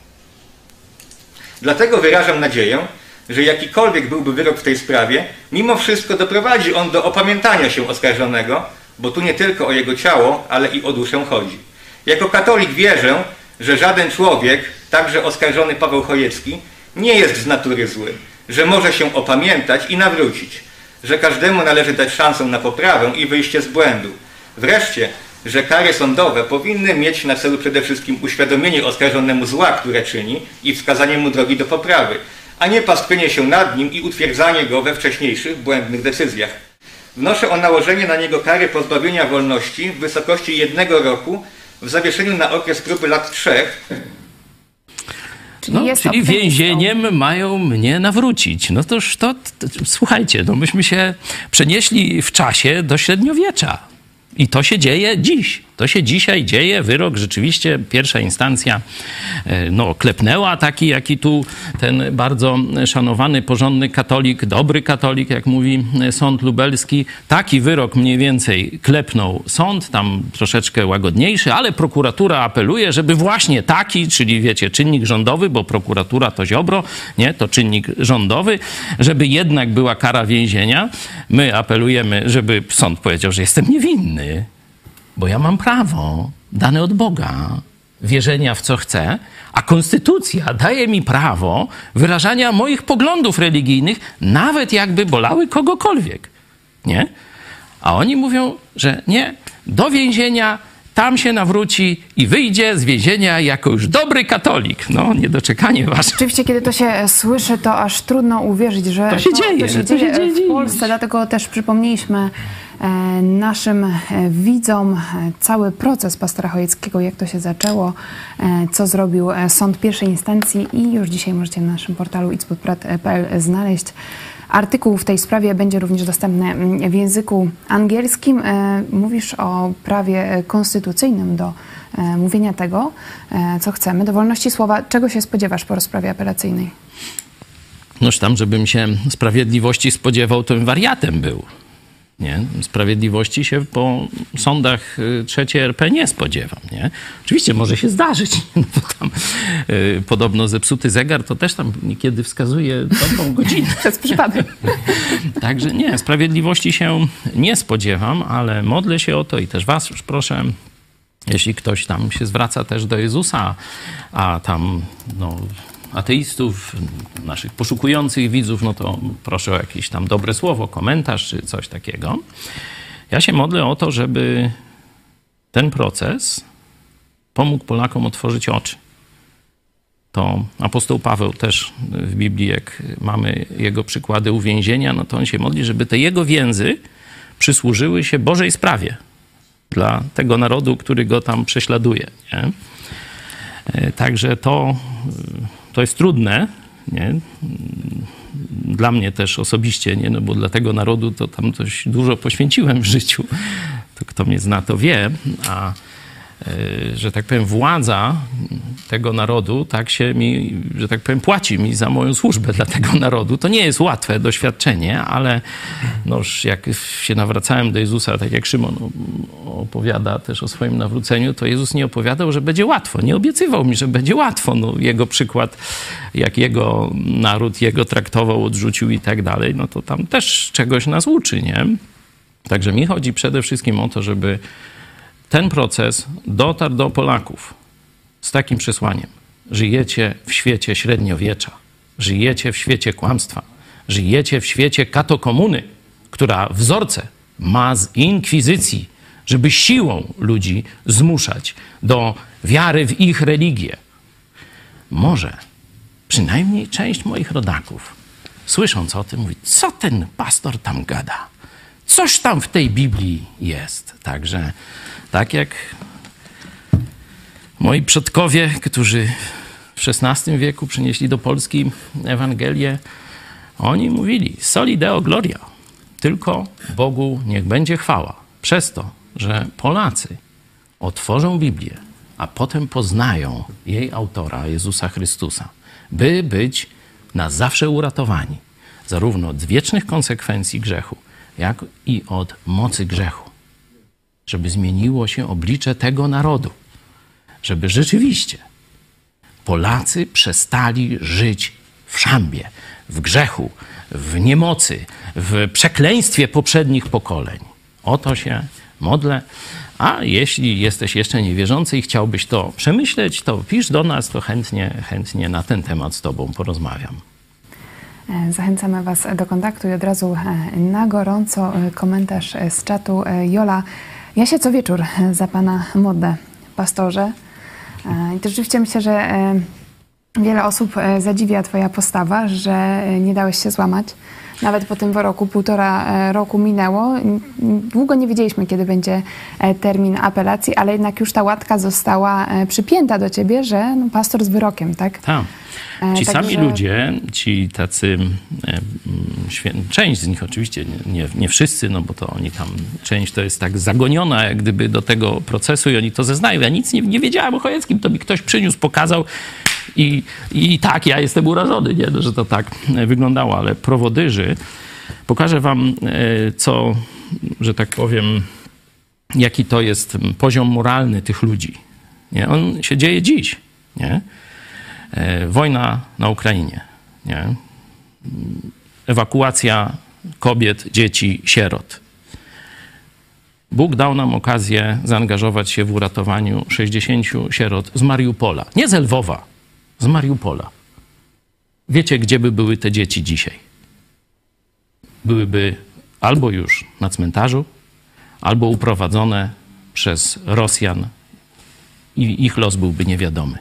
Dlatego wyrażam nadzieję, że jakikolwiek byłby wyrok w tej sprawie, mimo wszystko doprowadzi on do opamiętania się oskarżonego, bo tu nie tylko o jego ciało, ale i o duszę chodzi. Jako katolik wierzę, że żaden człowiek, także oskarżony Paweł Chojecki, nie jest z natury zły, że może się opamiętać i nawrócić, że każdemu należy dać szansę na poprawę i wyjście z błędu. Wreszcie, że kary sądowe powinny mieć na celu przede wszystkim uświadomienie oskarżonemu zła, które czyni i wskazanie mu drogi do poprawy, a nie pastwienie się nad nim i utwierdzanie go we wcześniejszych, błędnych decyzjach. Wnoszę o nałożenie na niego kary pozbawienia wolności w wysokości jednego roku w zawieszeniu na okres próby lat trzech. Czyli, no, czyli więzieniem mają mnie nawrócić. No toż to, to, to, słuchajcie, no myśmy się przenieśli w czasie do średniowiecza. I to się dzieje dziś. To się dzisiaj dzieje, wyrok rzeczywiście, pierwsza instancja no, klepnęła taki, jaki tu ten bardzo szanowany, porządny katolik, dobry katolik, jak mówi sąd lubelski. Taki wyrok mniej więcej klepnął sąd, tam troszeczkę łagodniejszy, ale prokuratura apeluje, żeby właśnie taki, czyli wiecie, czynnik rządowy, bo prokuratura to Ziobro, nie, to czynnik rządowy, żeby jednak była kara więzienia. My apelujemy, żeby sąd powiedział, że jestem niewinny, bo ja mam prawo dane od Boga wierzenia w co chcę, a konstytucja daje mi prawo wyrażania moich poglądów religijnych, nawet jakby bolały kogokolwiek, nie? A oni mówią, że nie, do więzienia, tam się nawróci i wyjdzie z więzienia jako już dobry katolik. No, niedoczekanie wasze. Oczywiście, kiedy to się słyszy, to aż trudno uwierzyć, że to się to, dzieje, to się to dzieje się w dzieje. Polsce. Dlatego też przypomnieliśmy naszym widzom cały proces pastora Chojeckiego, jak to się zaczęło, co zrobił sąd pierwszej instancji i już dzisiaj możecie na naszym portalu idź pod prad kropka p l znaleźć artykuł w tej sprawie. Będzie również dostępny w języku angielskim. Mówisz o prawie konstytucyjnym do mówienia tego, co chcemy, do wolności słowa. Czego się spodziewasz po rozprawie apelacyjnej? Noż tam, żebym się sprawiedliwości spodziewał, to bym wariatem był. Nie? Sprawiedliwości się po sądach trzeciej R P nie spodziewam. Nie? Oczywiście może się zdarzyć, no bo tam y, podobno zepsuty zegar to też tam niekiedy wskazuje dobrą godzinę. Przez przypadek. Także nie, sprawiedliwości się nie spodziewam, ale modlę się o to i też was już proszę, jeśli ktoś tam się zwraca też do Jezusa, a tam no, ateistów, naszych poszukujących widzów, no to proszę o jakieś tam dobre słowo, komentarz czy coś takiego. Ja się modlę o to, żeby ten proces pomógł Polakom otworzyć oczy. To apostoł Paweł też w Biblii, jak mamy jego przykłady uwięzienia, no to on się modli, żeby te jego więzy przysłużyły się Bożej sprawie dla tego narodu, który go tam prześladuje. Nie? Także to, to jest trudne, nie? Dla mnie też osobiście, nie? No bo dla tego narodu to tam coś dużo poświęciłem w życiu. To kto mnie zna, to wie, a że tak powiem, władza tego narodu tak się mi, że tak powiem, płaci mi za moją służbę dla tego narodu. To nie jest łatwe doświadczenie, ale noż jak się nawracałem do Jezusa, tak jak Szymon opowiada też o swoim nawróceniu, to Jezus nie opowiadał, że będzie łatwo. Nie obiecywał mi, że będzie łatwo. No, jego przykład, jak jego naród jego traktował, odrzucił i tak dalej, no to tam też czegoś nas uczy, nie? Także mi chodzi przede wszystkim o to, żeby ten proces dotarł do Polaków z takim przesłaniem. Żyjecie w świecie średniowiecza, żyjecie w świecie kłamstwa, żyjecie w świecie katokomuny, która wzorce ma z inkwizycji, żeby siłą ludzi zmuszać do wiary w ich religię. Może przynajmniej część moich rodaków, słysząc o tym, mówi, co ten pastor tam gada? Coś tam w tej Biblii jest. Także tak jak moi przodkowie, którzy w szesnastym wieku przynieśli do Polski Ewangelię, oni mówili soli Deo Gloria, tylko Bogu niech będzie chwała. Przez to, że Polacy otworzą Biblię, a potem poznają jej autora, Jezusa Chrystusa, by być na zawsze uratowani, zarówno od wiecznych konsekwencji grzechu, jak i od mocy grzechu. Żeby zmieniło się oblicze tego narodu. Żeby rzeczywiście Polacy przestali żyć w szambie, w grzechu, w niemocy, w przekleństwie poprzednich pokoleń. O to się modlę. A jeśli jesteś jeszcze niewierzący i chciałbyś to przemyśleć, to pisz do nas, to chętnie, chętnie na ten temat z tobą porozmawiam. Zachęcamy was do kontaktu i od razu na gorąco komentarz z czatu. Jola, ja się co wieczór za pana modlę, pastorze. I to rzeczywiście myślę, że wiele osób zadziwia twoja postawa, że nie dałeś się złamać Nawet po tym wyroku półtora roku minęło. Długo nie wiedzieliśmy, kiedy będzie termin apelacji, ale jednak już ta łatka została przypięta do ciebie, że no, pastor z wyrokiem, tak? Tak. Ci Także... sami ludzie, ci tacy, część z nich oczywiście, nie, nie wszyscy, no bo to oni tam, część to jest tak zagoniona jak gdyby do tego procesu i oni to zeznają. Ja nic nie, nie wiedziałem o Chojeckim, to mi ktoś przyniósł, pokazał i, i tak, ja jestem urażony, nie, no, że to tak wyglądało, ale prowodyży, pokażę wam, co, że tak powiem, jaki to jest poziom moralny tych ludzi. Nie? On się dzieje dziś, nie? Wojna na Ukrainie, nie? Ewakuacja kobiet, dzieci, sierot. Bóg dał nam okazję zaangażować się w uratowaniu sześćdziesięciu sierot z Mariupola. Nie z Lwowa, z Mariupola. Wiecie, gdzie by były te dzieci dzisiaj? Byłyby albo już na cmentarzu, albo uprowadzone przez Rosjan i ich los byłby niewiadomy.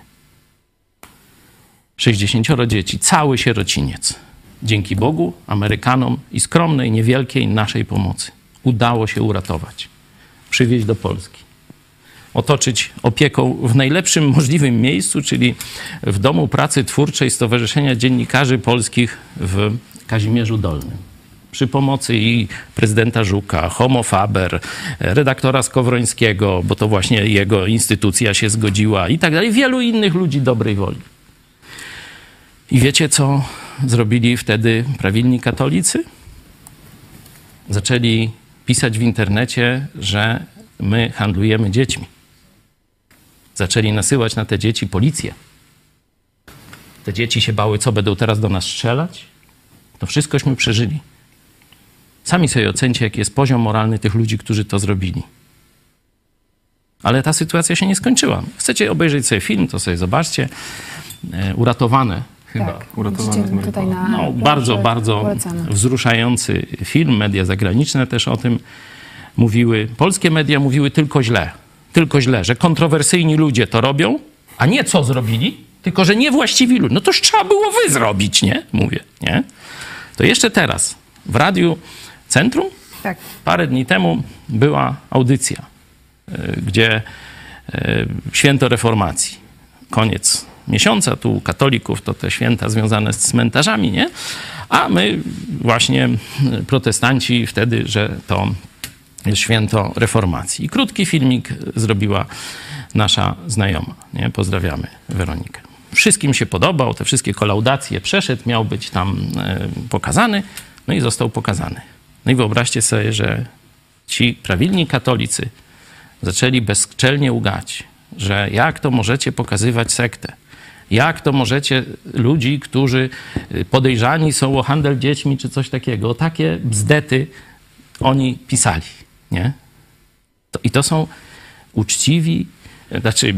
sześćdziesięcioro dzieci, cały sierociniec. Dzięki Bogu, Amerykanom i skromnej, niewielkiej naszej pomocy udało się uratować. Przywieźć do Polski. Otoczyć opieką w najlepszym możliwym miejscu, czyli w Domu Pracy Twórczej Stowarzyszenia Dziennikarzy Polskich w Kazimierzu Dolnym. Przy pomocy i prezydenta Żuka, Homo Faber, redaktora Skowrońskiego, bo to właśnie jego instytucja się zgodziła i tak dalej. Wielu innych ludzi dobrej woli. I wiecie, co zrobili wtedy prawilni katolicy? Zaczęli pisać w internecie, że my handlujemy dziećmi. Zaczęli nasyłać na te dzieci policję. Te dzieci się bały, co będą teraz do nas strzelać? To wszystkośmy przeżyli. Sami sobie ocencie, jaki jest poziom moralny tych ludzi, którzy to zrobili. Ale ta sytuacja się nie skończyła. Chcecie obejrzeć sobie film, to sobie zobaczcie. E, uratowane chyba. Tak, uratowane tutaj na no, bardzo, bardzo polecamy. Wzruszający film. Media zagraniczne też o tym mówiły. Polskie media mówiły tylko źle. Tylko źle, że kontrowersyjni ludzie to robią, a nie co zrobili, tylko że niewłaściwi ludzie. No toż trzeba było wy zrobić, nie? Mówię, nie? To jeszcze teraz w Radiu Centrum tak. Parę dni temu była audycja, gdzie święto reformacji. Koniec miesiąca, tu u katolików to te święta związane z cmentarzami, nie? A my właśnie protestanci wtedy, że to jest święto reformacji. I krótki filmik zrobiła nasza znajoma, nie? Pozdrawiamy Weronikę. Wszystkim się podobał, te wszystkie kolaudacje przeszedł, miał być tam e, pokazany, no i został pokazany. No i wyobraźcie sobie, że ci prawilni katolicy zaczęli bezczelnie ugać, że jak to możecie pokazywać sektę? Jak to możecie ludzi, którzy podejrzani są o handel dziećmi czy coś takiego, o takie bzdety oni pisali, nie? To, I to są uczciwi, znaczy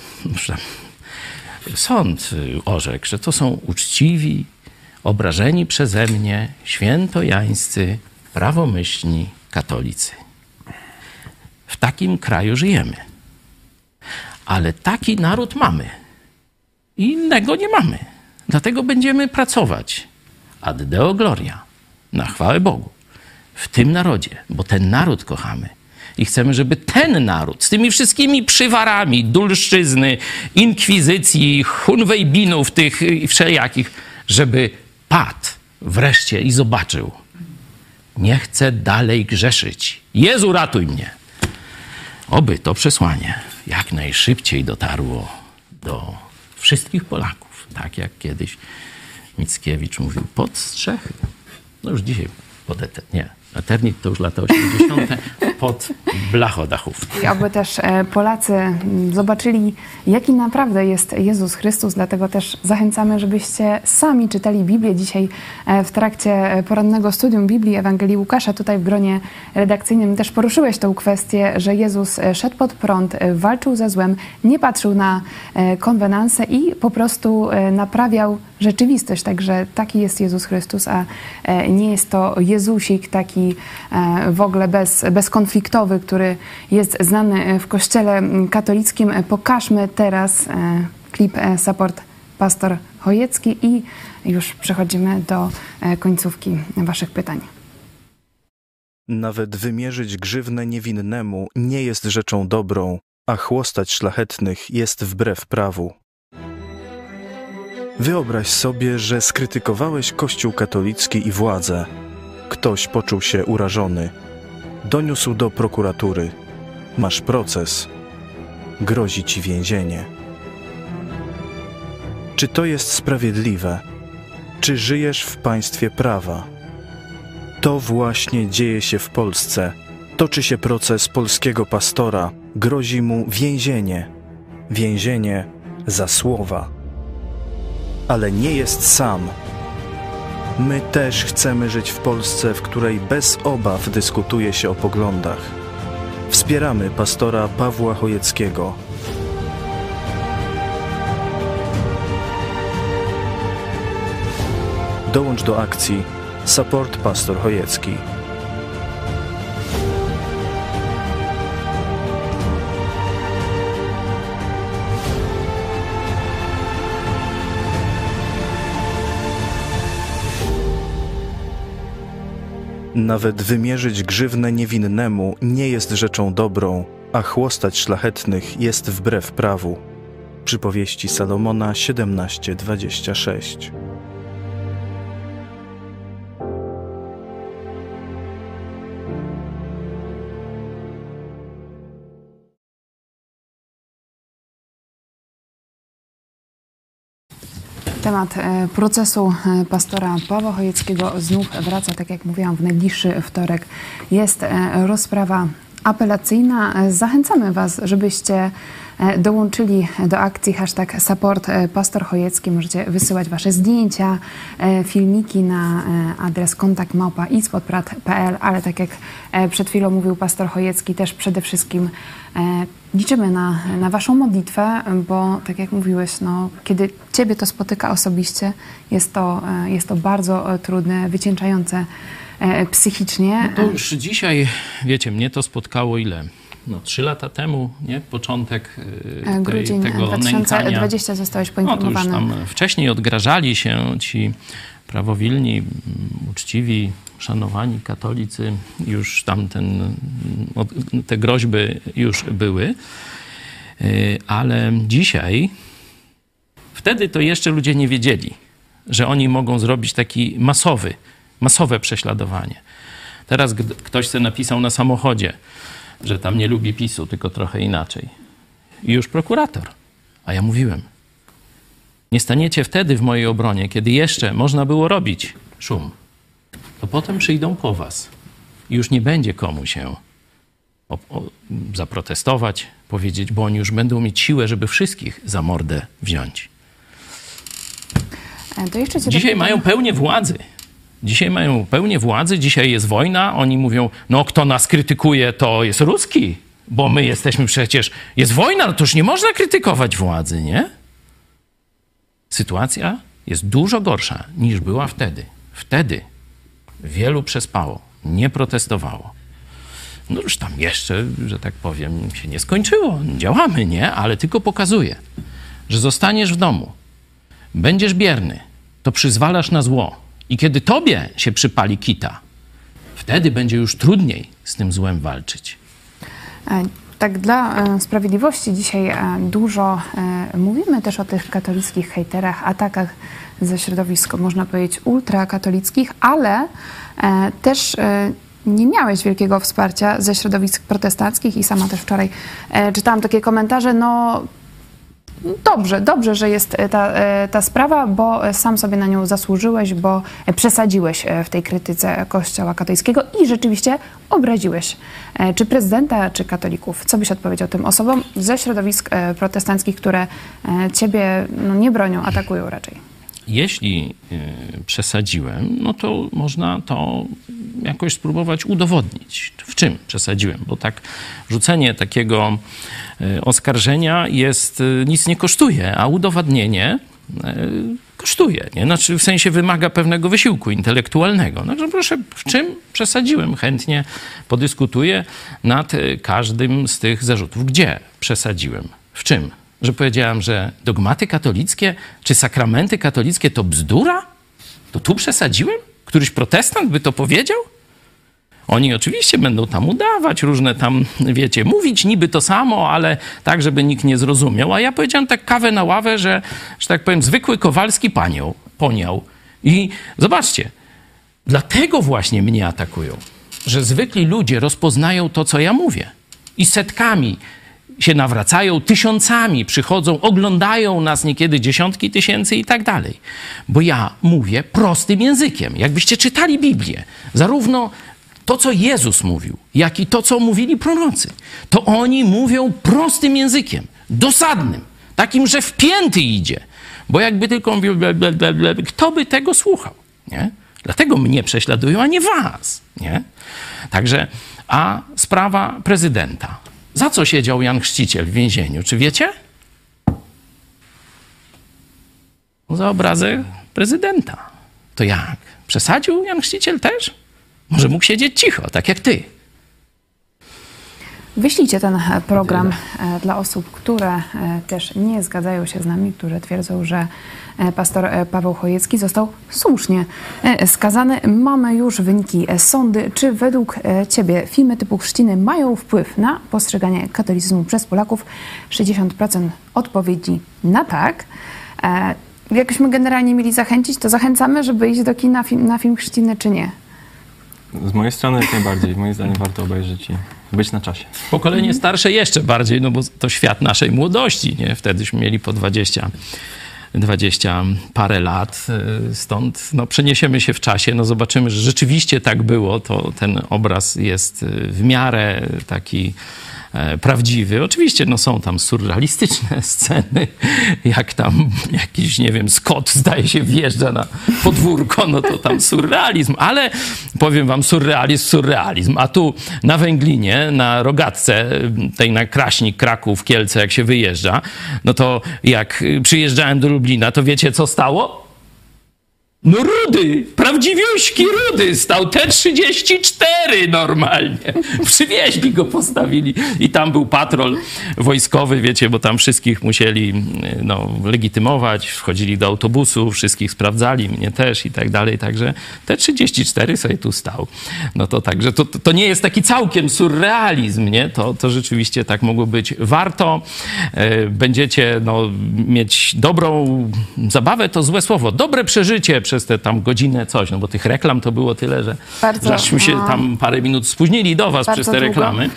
sąd orzekł, że to są uczciwi, obrażeni przeze mnie, świętojańscy, prawomyślni katolicy. W takim kraju żyjemy. Ale taki naród mamy. I innego nie mamy. Dlatego będziemy pracować ad Deo Gloria, na chwałę Bogu, w tym narodzie, bo ten naród kochamy. I chcemy, żeby ten naród z tymi wszystkimi przywarami dulszczyzny, inkwizycji, hunwejbinów tych wszelakich, żeby padł wreszcie i zobaczył. Nie chcę dalej grzeszyć. Jezu, ratuj mnie. Oby to przesłanie jak najszybciej dotarło do wszystkich Polaków. Tak jak kiedyś Mickiewicz mówił, pod strzechy. No już dzisiaj pod eter... nie. Eternit to już lata osiemdziesiąte pod blachodachów. I oby też Polacy zobaczyli, jaki naprawdę jest Jezus Chrystus. Dlatego też zachęcamy, żebyście sami czytali Biblię. Dzisiaj w trakcie porannego studium Biblii Ewangelii Łukasza, tutaj w gronie redakcyjnym też poruszyłeś tą kwestię, że Jezus szedł pod prąd, walczył ze złem, nie patrzył na konwenanse i po prostu naprawiał rzeczywistość. Także taki jest Jezus Chrystus, a nie jest to Jezusik taki w ogóle bez, bezkonfliktowy, który jest znany w Kościele katolickim. Pokażmy teraz klip Support pastor Chojecki i już przechodzimy do końcówki waszych pytań. Nawet wymierzyć grzywnę niewinnemu nie jest rzeczą dobrą, a chłostać szlachetnych jest wbrew prawu. Wyobraź sobie, że skrytykowałeś Kościół katolicki i władzę. Ktoś poczuł się urażony. Doniósł do prokuratury. Masz proces. Grozi ci więzienie. Czy to jest sprawiedliwe? Czy żyjesz w państwie prawa? To właśnie dzieje się w Polsce. Toczy się proces polskiego pastora. Grozi mu więzienie. Więzienie za słowa. Ale nie jest sam. My też chcemy żyć w Polsce, w której bez obaw dyskutuje się o poglądach. Wspieramy pastora Pawła Chojeckiego. Dołącz do akcji Support Pastor Chojecki. Nawet wymierzyć grzywnę niewinnemu nie jest rzeczą dobrą, a chłostać szlachetnych jest wbrew prawu. Przypowieści Salomona siedemnaście dwadzieścia sześć. Temat procesu pastora Pawła Chojeckiego znów wraca, tak jak mówiłam, w najbliższy wtorek jest rozprawa apelacyjna. Zachęcamy was, żebyście dołączyli do akcji hashtag Support Pastor Chojecki. Możecie wysyłać wasze zdjęcia, filmiki na adres kontakt małpa xpodprat kropka p l, ale tak jak przed chwilą mówił pastor Chojecki, też przede wszystkim liczymy na, na waszą modlitwę, bo tak jak mówiłeś, no, kiedy ciebie to spotyka osobiście, jest to, jest to bardzo trudne, wycieńczające psychicznie. No to już dzisiaj, wiecie, mnie to spotkało ile? No, trzy lata temu, nie? Początek tej, Grudzień tego dwa tysiące dwudziestego nękania. zostałeś No poinformowany. to już tam wcześniej odgrażali się ci prawowilni, uczciwi, szanowani katolicy. Już tam ten, te groźby już były. Ale dzisiaj, wtedy to jeszcze ludzie nie wiedzieli, że oni mogą zrobić taki masowy, masowe prześladowanie. Teraz ktoś sobie napisał na samochodzie, że tam nie lubi PiSu, tylko trochę inaczej. I już prokurator. A ja mówiłem, nie staniecie wtedy w mojej obronie, kiedy jeszcze można było robić szum. To potem przyjdą po was. I już nie będzie komu się o, o, zaprotestować, powiedzieć, bo oni już będą mieć siłę, żeby wszystkich za mordę wziąć. To jeszcze cię Dzisiaj dopytam. mają pełnię władzy. Dzisiaj mają pełnię władzy, dzisiaj jest wojna, oni mówią, no kto nas krytykuje, to jest ruski, bo my jesteśmy przecież, jest wojna, no to już nie można krytykować władzy, nie? Sytuacja jest dużo gorsza niż była wtedy. Wtedy wielu przespało, nie protestowało. No już tam jeszcze, że tak powiem, się nie skończyło, działamy, nie? Ale tylko pokazuje, że zostaniesz w domu, będziesz bierny, to przyzwalasz na zło. I kiedy tobie się przypali kita, wtedy będzie już trudniej z tym złem walczyć. Tak dla sprawiedliwości dzisiaj dużo mówimy też o tych katolickich hejterach, atakach ze środowisk, można powiedzieć, ultrakatolickich, ale też nie miałeś wielkiego wsparcia ze środowisk protestanckich i sama też wczoraj czytałam takie komentarze, no dobrze, dobrze, że jest ta, ta sprawa, bo sam sobie na nią zasłużyłeś, bo przesadziłeś w tej krytyce Kościoła katolickiego i rzeczywiście obraziłeś czy prezydenta, czy katolików. Co byś odpowiedział tym osobom ze środowisk protestanckich, które ciebie no, nie bronią, atakują raczej? Jeśli y, przesadziłem, no to można to jakoś spróbować udowodnić. W czym przesadziłem? Bo tak rzucenie takiego y, oskarżenia jest, y, nic nie kosztuje, a udowadnienie y, kosztuje. Nie? Znaczy w sensie wymaga pewnego wysiłku intelektualnego. Także proszę, w czym przesadziłem? Chętnie podyskutuję nad y, każdym z tych zarzutów. Gdzie przesadziłem? W czym? że powiedziałem, że dogmaty katolickie czy sakramenty katolickie to bzdura? To tu przesadziłem? Któryś protestant by to powiedział? Oni oczywiście będą tam udawać różne tam, wiecie, mówić niby to samo, ale tak, żeby nikt nie zrozumiał. A ja powiedziałem tak kawę na ławę, że, że tak powiem, zwykły Kowalski panią, poniał. I zobaczcie, dlatego właśnie mnie atakują, że zwykli ludzie rozpoznają to, co ja mówię. I setkami się nawracają, tysiącami przychodzą, oglądają nas niekiedy dziesiątki tysięcy i tak dalej. Bo ja mówię prostym językiem. Jakbyście czytali Biblię, zarówno to, co Jezus mówił, jak i to, co mówili prorocy, to oni mówią prostym językiem, dosadnym, takim, że wpięty idzie. Bo jakby tylko mówił, ble, ble, ble, ble, kto by tego słuchał, nie? Dlatego mnie prześladują, a nie was, nie? Także, a sprawa prezydenta. Za co siedział Jan Chrzciciel w więzieniu? Czy wiecie? Za obrazę prezydenta. To jak? Przesadził Jan Chrzciciel też? Może mógł siedzieć cicho, tak jak ty. Wyślijcie ten program dla osób, które też nie zgadzają się z nami, które twierdzą, że pastor Paweł Chojecki został słusznie skazany. Mamy już wyniki sądy. Czy według ciebie filmy typu chrzciny mają wpływ na postrzeganie katolicyzmu przez Polaków? sześćdziesiąt procent odpowiedzi na tak. Jakbyśmy generalnie mieli zachęcić, to zachęcamy, żeby iść do kina film, na film chrzciny, czy nie? Z mojej strony jak najbardziej. Moim zdaniem warto obejrzeć i być na czasie. Pokolenie starsze jeszcze bardziej, no bo to świat naszej młodości, nie? Wtedyśmy mieli po dwadzieścia, dwadzieścia parę lat, stąd no, przeniesiemy się w czasie, no zobaczymy, że rzeczywiście tak było, to ten obraz jest w miarę taki prawdziwy. Oczywiście no, są tam surrealistyczne sceny, jak tam jakiś, nie wiem, Scott zdaje się wjeżdża na podwórko, no to tam surrealizm, ale powiem wam, surrealizm, surrealizm. A tu na Węglinie, na Rogatce, tej na Kraśnik, Kraków, Kielce, jak się wyjeżdża, no to jak przyjeżdżałem do Lublina, to wiecie co stało? No Rudy, prawdziwiuśki Rudy, stał T trzydzieści cztery normalnie. Przywieźli go, postawili i tam był patrol wojskowy, wiecie, bo tam wszystkich musieli no, legitymować, wchodzili do autobusu, wszystkich sprawdzali, mnie też i tak dalej, także T trzydzieści cztery sobie tu stał. No to także, to, to nie jest taki całkiem surrealizm, nie? To, to rzeczywiście tak mogło być. Warto, będziecie no, mieć dobrą zabawę, to złe słowo, dobre przeżycie przez te tam godzinę coś, no bo tych reklam to było tyle, że żeśmy się tam parę minut spóźnili do was przez te reklamy,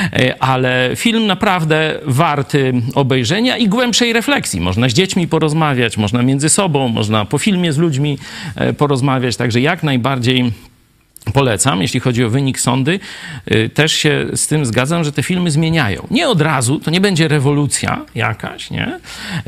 ale film naprawdę warty obejrzenia i głębszej refleksji. Można z dziećmi porozmawiać, można między sobą, można po filmie z ludźmi porozmawiać, także jak najbardziej polecam, jeśli chodzi o wynik sądy, też się z tym zgadzam, że te filmy zmieniają. Nie od razu, to nie będzie rewolucja jakaś, nie?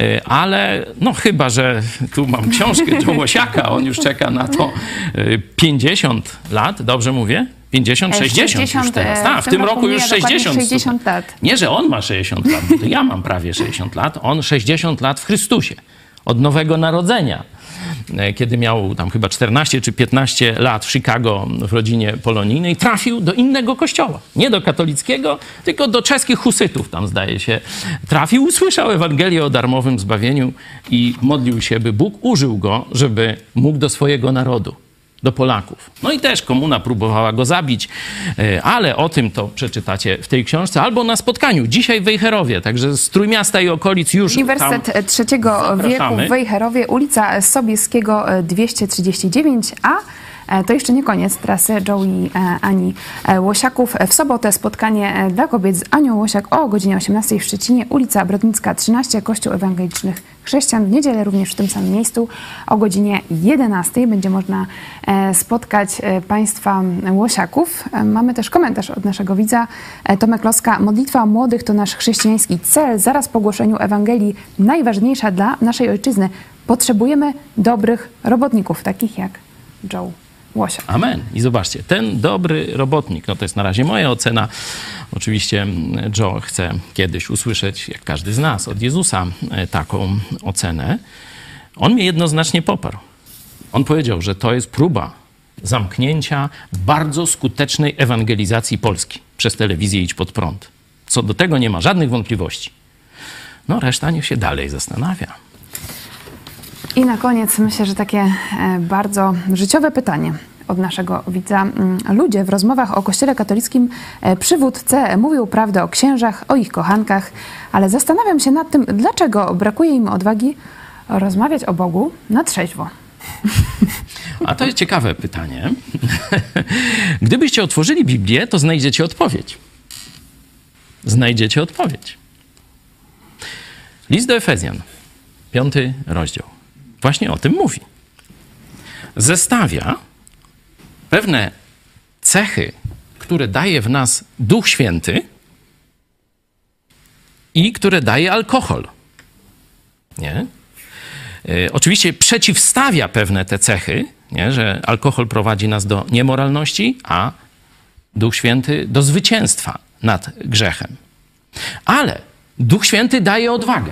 Ale no chyba, że tu mam książkę Joe Łosiaka, on już czeka na to pięćdziesiąt lat, dobrze mówię? pięćdziesiąt, sześćdziesiąt już teraz. A, w tym roku już sześćdziesiąt. sześćdziesiąt lat. Nie, że on ma sześćdziesiąt lat, to ja mam prawie sześćdziesiąt lat, on sześćdziesiąt lat w Chrystusie, od Nowego Narodzenia. Kiedy miał tam chyba czternaście czy piętnaście lat w Chicago w rodzinie polonijnej, trafił do innego kościoła. Nie do katolickiego, tylko do czeskich husytów tam zdaje się trafił. Usłyszał Ewangelię o darmowym zbawieniu i modlił się, by Bóg użył go, żeby mógł do swojego narodu, do Polaków. No i też komuna próbowała go zabić, ale o tym to przeczytacie w tej książce albo na spotkaniu dzisiaj w Wejherowie, także z Trójmiasta i okolic już Uniwersytet tam trzeciego wieku w Wejherowie, ulica Sobieskiego dwieście trzydzieści dziewięć, a to jeszcze nie koniec trasy Joe i Ani Łosiaków. W sobotę spotkanie dla kobiet z Anią Łosiak o godzinie osiemnastej w Szczecinie, ulica Brodnicka trzynaście, Kościół Ewangelicznych Chrześcijan. W niedzielę również w tym samym miejscu o godzinie jedenastej będzie można spotkać Państwa Łosiaków. Mamy też komentarz od naszego widza. Tomek Loska. Modlitwa młodych to nasz chrześcijański cel. Zaraz po głoszeniu Ewangelii najważniejsza dla naszej ojczyzny. Potrzebujemy dobrych robotników, takich jak Joe Łosiak. Amen. I zobaczcie, ten dobry robotnik, no to jest na razie moja ocena. Oczywiście Joe chce kiedyś usłyszeć, jak każdy z nas, od Jezusa taką ocenę. On mnie jednoznacznie poparł. On powiedział, że to jest próba zamknięcia bardzo skutecznej ewangelizacji Polski przez telewizję Idź Pod Prąd. Co do tego nie ma żadnych wątpliwości. No reszta niech się dalej zastanawia. I na koniec myślę, że takie e, bardzo życiowe pytanie od naszego widza. Ludzie w rozmowach o Kościele katolickim e, przywódcy mówią prawdę o księżach, o ich kochankach, ale zastanawiam się nad tym, dlaczego brakuje im odwagi rozmawiać o Bogu na trzeźwo. A to jest ciekawe pytanie. Gdybyście otworzyli Biblię, to znajdziecie odpowiedź. Znajdziecie odpowiedź. List do Efezjan, piąty rozdział, właśnie o tym mówi. Zestawia pewne cechy, które daje w nas Duch Święty i które daje alkohol. Nie? E, oczywiście przeciwstawia pewne te cechy, nie? Że alkohol prowadzi nas do niemoralności, a Duch Święty do zwycięstwa nad grzechem. Ale Duch Święty daje odwagę.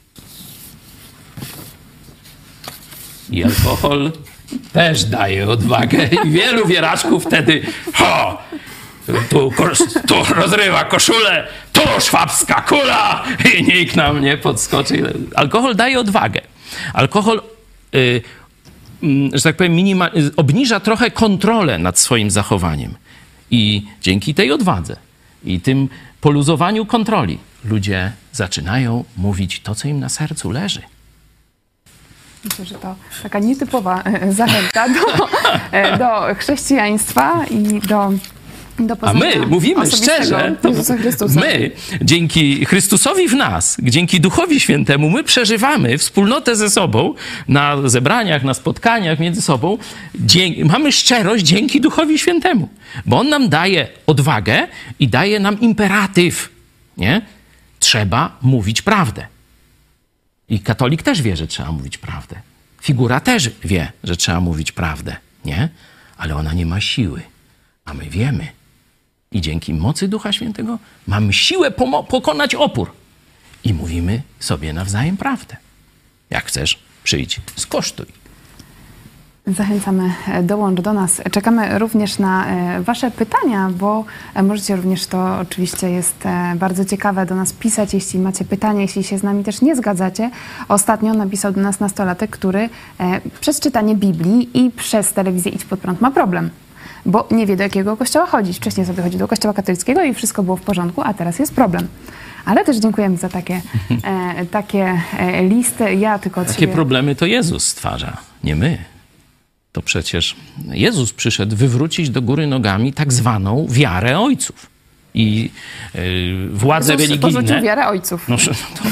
I alkohol też daje odwagę. I wielu wieraczków wtedy ho, tu, tu rozrywa koszulę, tu szwabska kula i nikt nam nie podskoczy. Alkohol daje odwagę. Alkohol, y, y, że tak powiem, minima, obniża trochę kontrolę nad swoim zachowaniem. I dzięki tej odwadze i tym poluzowaniu kontroli ludzie zaczynają mówić to, co im na sercu leży. Myślę, że to taka nietypowa zachęta do, do chrześcijaństwa i do, do A my mówimy szczerze, my dzięki Chrystusowi w nas, dzięki Duchowi Świętemu, my przeżywamy wspólnotę ze sobą na zebraniach, na spotkaniach między sobą. Dzięki, mamy szczerość dzięki Duchowi Świętemu, bo On nam daje odwagę i daje nam imperatyw. Nie? Trzeba mówić prawdę. I katolik też wie, że trzeba mówić prawdę. Figura też wie, że trzeba mówić prawdę, nie? Ale ona nie ma siły, a my wiemy. I dzięki mocy Ducha Świętego mamy siłę pokonać opór. I mówimy sobie nawzajem prawdę. Jak chcesz, przyjdź, skosztuj. Zachęcamy, dołącz do nas. Czekamy również na wasze pytania, bo możecie również, to oczywiście jest bardzo ciekawe, do nas pisać, jeśli macie pytania, jeśli się z nami też nie zgadzacie. Ostatnio napisał do nas nastolatek, który przez czytanie Biblii i przez telewizję Idź Pod Prąd ma problem, bo nie wie, do jakiego kościoła chodzić. Wcześniej sobie chodził do kościoła katolickiego i wszystko było w porządku, a teraz jest problem. Ale też dziękujemy za takie, e, takie e, listy. Ja tylko od Takie siebie... problemy to Jezus stwarza, nie my. To przecież Jezus przyszedł wywrócić do góry nogami tak zwaną wiarę ojców. I yy, władze Jezus religijne... porzucił wiarę ojców. No, to,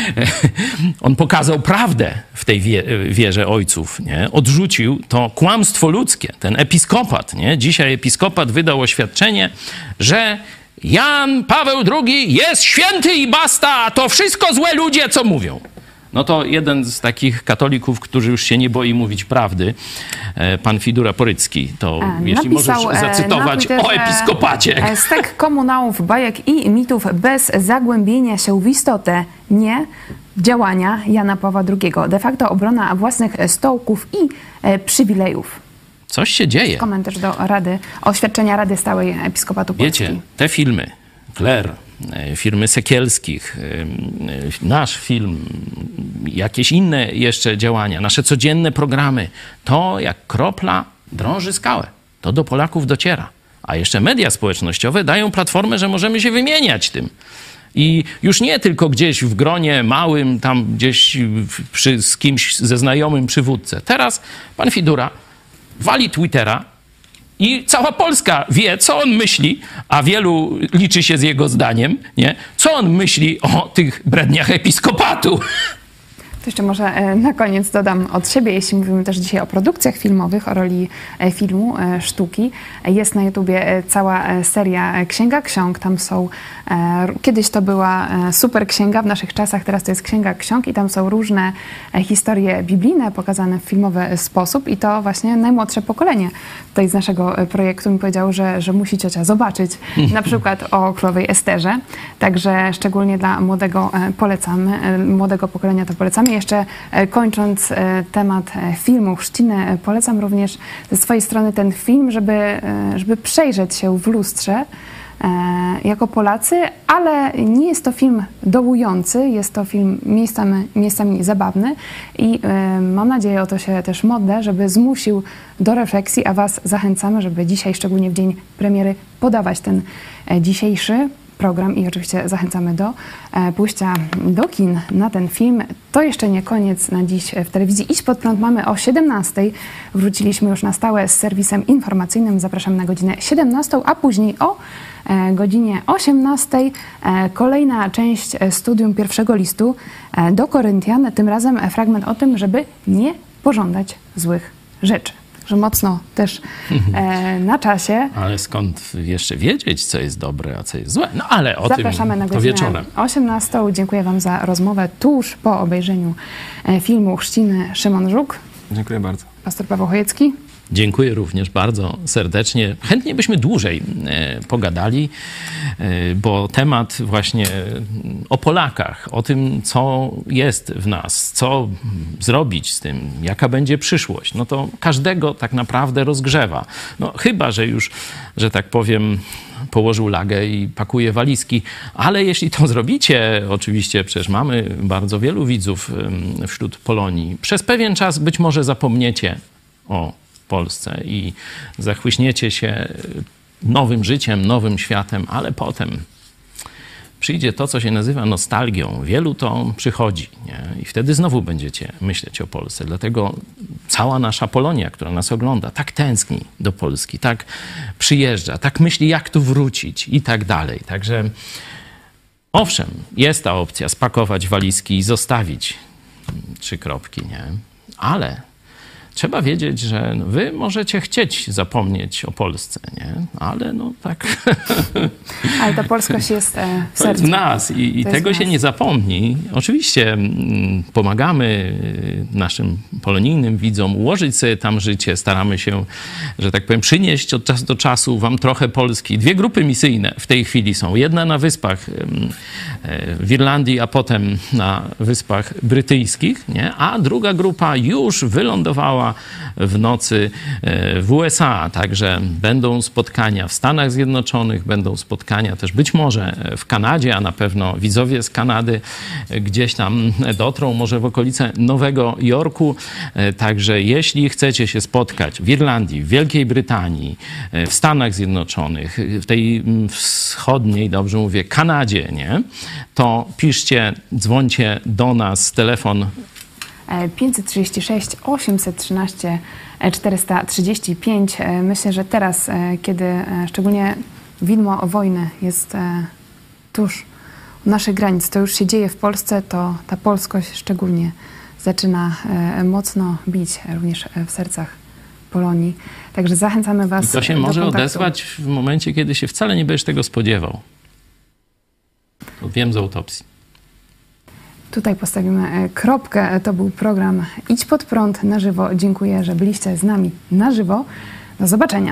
on pokazał prawdę w tej wie, wierze ojców. Nie? Odrzucił to kłamstwo ludzkie. Ten episkopat. Nie? Dzisiaj episkopat wydał oświadczenie, że Jan Paweł drugi jest święty i basta, a to wszystko złe ludzie, co mówią. No to jeden z takich katolików, który już się nie boi mówić prawdy, pan Fidura Porycki, to A, jeśli napisał, możesz zacytować o episkopacie. Stek komunałów, bajek i mitów bez zagłębienia się w istotę, nie działania Jana Pawła drugiego. De facto obrona własnych stołków i e, przywilejów. Coś się dzieje. Komentarz do Rady, oświadczenia Rady Stałej Episkopatu Polski. Wiecie, te filmy, Kler, firmy Sekielskich, nasz film, jakieś inne jeszcze działania, nasze codzienne programy, to jak kropla drąży skałę. To do Polaków dociera. A jeszcze media społecznościowe dają platformę, że możemy się wymieniać tym. I już nie tylko gdzieś w gronie małym, tam gdzieś przy, z kimś ze znajomym przywódcę. Teraz pan Fidura wali Twittera i cała Polska wie, co on myśli, a wielu liczy się z jego zdaniem, nie? Co on myśli o tych bredniach episkopatu. To jeszcze może na koniec dodam od siebie, jeśli mówimy też dzisiaj o produkcjach filmowych, o roli filmu, sztuki. Jest na YouTubie cała seria Księga Ksiąg. Tam są, kiedyś to była super księga, w naszych czasach teraz to jest Księga Ksiąg i tam są różne historie biblijne pokazane w filmowy sposób i to właśnie najmłodsze pokolenie tutaj z naszego projektu mi powiedziało, że, że musi ciocia zobaczyć na przykład o królowej Esterze. Także szczególnie dla młodego polecamy, młodego pokolenia to polecamy. Jeszcze kończąc temat filmu Chrzciny, polecam również ze swojej strony ten film, żeby, żeby przejrzeć się w lustrze, jako Polacy, ale nie jest to film dołujący, jest to film miejscami, miejscami zabawny i mam nadzieję, o to się też modlę, żeby zmusił do refleksji, a Was zachęcamy, żeby dzisiaj, szczególnie w dzień premiery, podawać ten dzisiejszy program i oczywiście zachęcamy do e, pójścia do kin na ten film. To jeszcze nie koniec na dziś w telewizji Idź Pod Prąd. Mamy o siedemnastej. Wróciliśmy już na stałe z serwisem informacyjnym. Zapraszamy na godzinę siedemnastą, a później o e, godzinie osiemnastej e, kolejna część studium pierwszego listu e, do Koryntian. Tym razem fragment o tym, żeby nie pożądać złych rzeczy. Że mocno też e, na czasie. Ale skąd jeszcze wiedzieć, co jest dobre, a co jest złe? No ale o Zapraszamy tym na to godzinę wieczorem. osiemnastą. Dziękuję Wam za rozmowę tuż po obejrzeniu e, filmu Chrzciny Szymon Żuk. Dziękuję bardzo. Pastor Paweł Chojecki. Dziękuję również bardzo serdecznie. Chętnie byśmy dłużej e, pogadali, e, bo temat właśnie o Polakach, o tym, co jest w nas, co zrobić z tym, jaka będzie przyszłość, no to każdego tak naprawdę rozgrzewa. No chyba, że już, że tak powiem, położył lagę i pakuje walizki, ale jeśli to zrobicie, oczywiście przecież mamy bardzo wielu widzów e, wśród Polonii, przez pewien czas być może zapomniecie o Polsce i zachłyśniecie się nowym życiem, nowym światem, ale potem przyjdzie to, co się nazywa nostalgią. Wielu to przychodzi, nie? I wtedy znowu będziecie myśleć o Polsce. Dlatego cała nasza Polonia, która nas ogląda, tak tęskni do Polski, tak przyjeżdża, tak myśli, jak tu wrócić i tak dalej. Także owszem, jest ta opcja spakować walizki i zostawić trzy kropki, nie? Ale trzeba wiedzieć, że wy możecie chcieć zapomnieć o Polsce, nie? Ale no tak. Ale ta polskość jest e, w sercu. W nas i, i tego się nie zapomni. Oczywiście m, pomagamy naszym polonijnym widzom ułożyć sobie tam życie. Staramy się, że tak powiem, przynieść od czasu do czasu wam trochę Polski. Dwie grupy misyjne w tej chwili są. Jedna na Wyspach m, w Irlandii, a potem na Wyspach Brytyjskich, nie? A druga grupa już wylądowała w nocy w U S A, także będą spotkania w Stanach Zjednoczonych, będą spotkania też być może w Kanadzie, a na pewno widzowie z Kanady gdzieś tam dotrą, może w okolice Nowego Jorku. Także jeśli chcecie się spotkać w Irlandii, w Wielkiej Brytanii, w Stanach Zjednoczonych, w tej wschodniej, dobrze mówię, Kanadzie, nie? To piszcie, dzwońcie do nas, telefon pięćset trzydzieści sześć osiemset trzynaście czterysta trzydzieści pięć. Myślę, że teraz, kiedy szczególnie widmo wojny jest tuż u naszych granic, to już się dzieje w Polsce, to ta polskość szczególnie zaczyna mocno bić również w sercach Polonii. Także zachęcamy Was do I to się do może kontaktu. odezwać w momencie, kiedy się wcale nie będziesz tego spodziewał. To wiem z autopsji. Tutaj postawimy kropkę. To był program Idź Pod Prąd na żywo. Dziękuję, że byliście z nami na żywo. Do zobaczenia.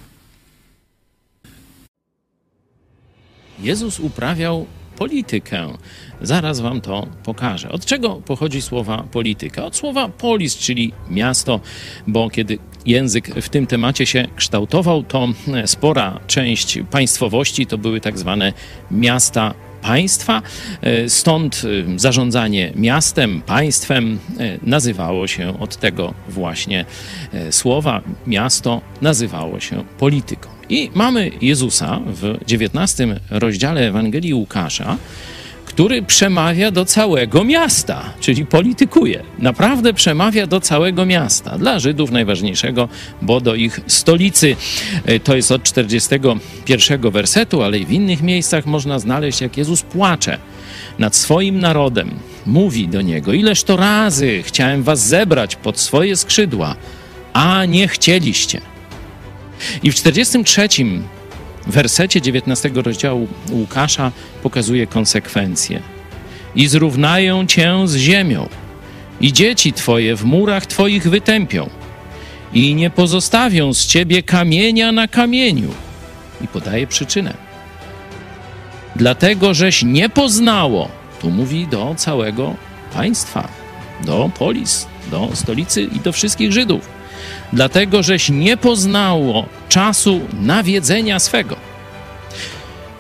Jezus uprawiał politykę. Zaraz wam to pokażę. Od czego pochodzi słowa polityka? Od słowa polis, czyli miasto, bo kiedy język w tym temacie się kształtował, to spora część państwowości to były tak zwane miasta państwa. Stąd zarządzanie miastem, państwem nazywało się od tego właśnie słowa. Miasto nazywało się polityką. I mamy Jezusa w dziewiętnastym rozdziale Ewangelii Łukasza, który przemawia do całego miasta, czyli politykuje. Naprawdę przemawia do całego miasta. Dla Żydów najważniejszego, bo do ich stolicy. To jest od czterdziestego pierwszego wersetu, ale i w innych miejscach można znaleźć, jak Jezus płacze nad swoim narodem. Mówi do niego: ileż to razy chciałem was zebrać pod swoje skrzydła, a nie chcieliście. I w czterdziestym trzecim wersecie dziewiętnastego rozdziału Łukasza pokazuje konsekwencje. I zrównają cię z ziemią, i dzieci twoje w murach twoich wytępią, i nie pozostawią z ciebie kamienia na kamieniu. I podaje przyczynę. Dlatego, żeś nie poznało, tu mówi do całego państwa, do polis, do stolicy i do wszystkich Żydów. Dlatego, żeś nie poznało czasu nawiedzenia swego.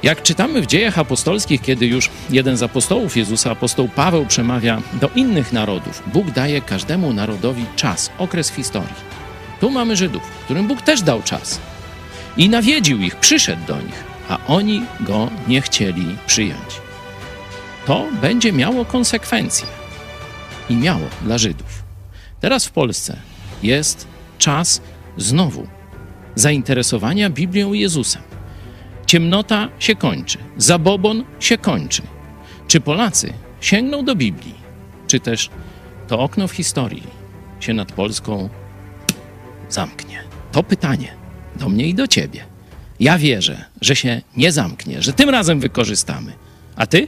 Jak czytamy w Dziejach Apostolskich, kiedy już jeden z apostołów Jezusa, apostoł Paweł, przemawia do innych narodów, Bóg daje każdemu narodowi czas, okres w historii. Tu mamy Żydów, którym Bóg też dał czas i nawiedził ich, przyszedł do nich, a oni go nie chcieli przyjąć. To będzie miało konsekwencje i miało dla Żydów. Teraz w Polsce jest czas znowu zainteresowania Biblią i Jezusem. Ciemnota się kończy, zabobon się kończy. Czy Polacy sięgną do Biblii, czy też to okno w historii się nad Polską zamknie? To pytanie do mnie i do ciebie. Ja wierzę, że się nie zamknie, że tym razem wykorzystamy. A ty?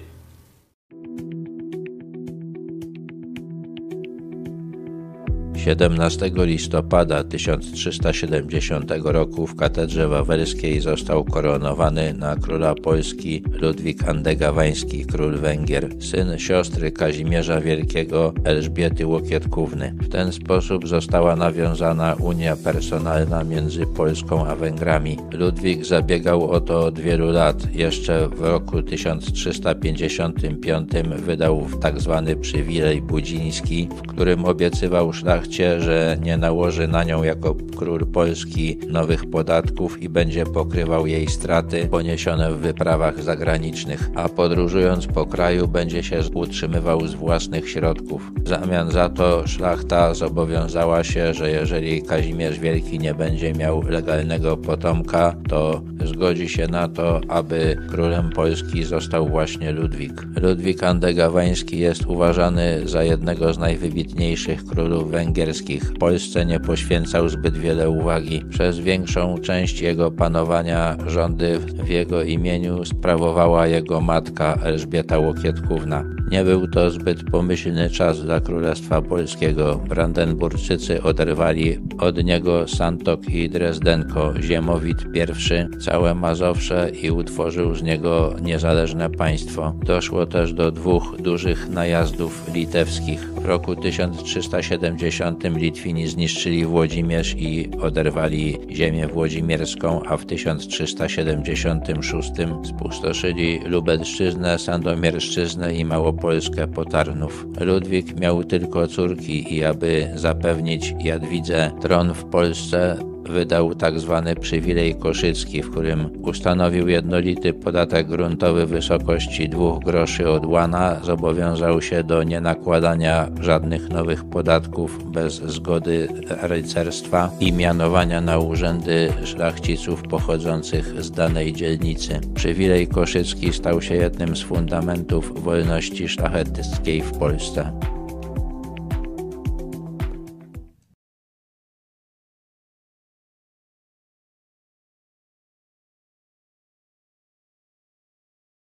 siedemnastego listopada tysiąc trzysta siedemdziesiątego roku w katedrze wawelskiej został koronowany na króla Polski Ludwik Andegaweński, król Węgier, syn siostry Kazimierza Wielkiego Elżbiety Łokietkówny. W ten sposób została nawiązana unia personalna między Polską a Węgrami. Ludwik zabiegał o to od wielu lat. Jeszcze w roku tysiąc trzysta pięćdziesiątym piątym wydał tzw. przywilej budziński, w którym obiecywał szlachcie, że nie nałoży na nią jako król Polski nowych podatków i będzie pokrywał jej straty poniesione w wyprawach zagranicznych, a podróżując po kraju będzie się utrzymywał z własnych środków. W zamian za to szlachta zobowiązała się, że jeżeli Kazimierz Wielki nie będzie miał legalnego potomka, to zgodzi się na to, aby królem Polski został właśnie Ludwik. Ludwik Andegaweński jest uważany za jednego z najwybitniejszych królów węgierskich. Polsce nie poświęcał zbyt wiele uwagi. Przez większą część jego panowania rządy w jego imieniu sprawowała jego matka Elżbieta Łokietkówna. Nie był to zbyt pomyślny czas dla Królestwa Polskiego. Brandenburczycy oderwali od niego Santok i Drezdenko, Ziemowit I, całe Mazowsze i utworzył z niego niezależne państwo. Doszło też do dwóch dużych najazdów litewskich. W roku tysiąc trzysta siedemdziesiątym Litwini zniszczyli Włodzimierz i oderwali ziemię włodzimierską, a w tysiąc trzysta siedemdziesiątym szóstym spustoszyli Lubelszczyznę, Sandomierszczyznę i Małopolskę po Tarnów. Ludwik miał tylko córki i aby zapewnić Jadwidze tron w Polsce, wydał tzw. przywilej koszycki, w którym ustanowił jednolity podatek gruntowy w wysokości dwóch groszy od łana, zobowiązał się do nienakładania żadnych nowych podatków bez zgody rycerstwa i mianowania na urzędy szlachciców pochodzących z danej dzielnicy. Przywilej koszycki stał się jednym z fundamentów wolności szlacheckiej w Polsce.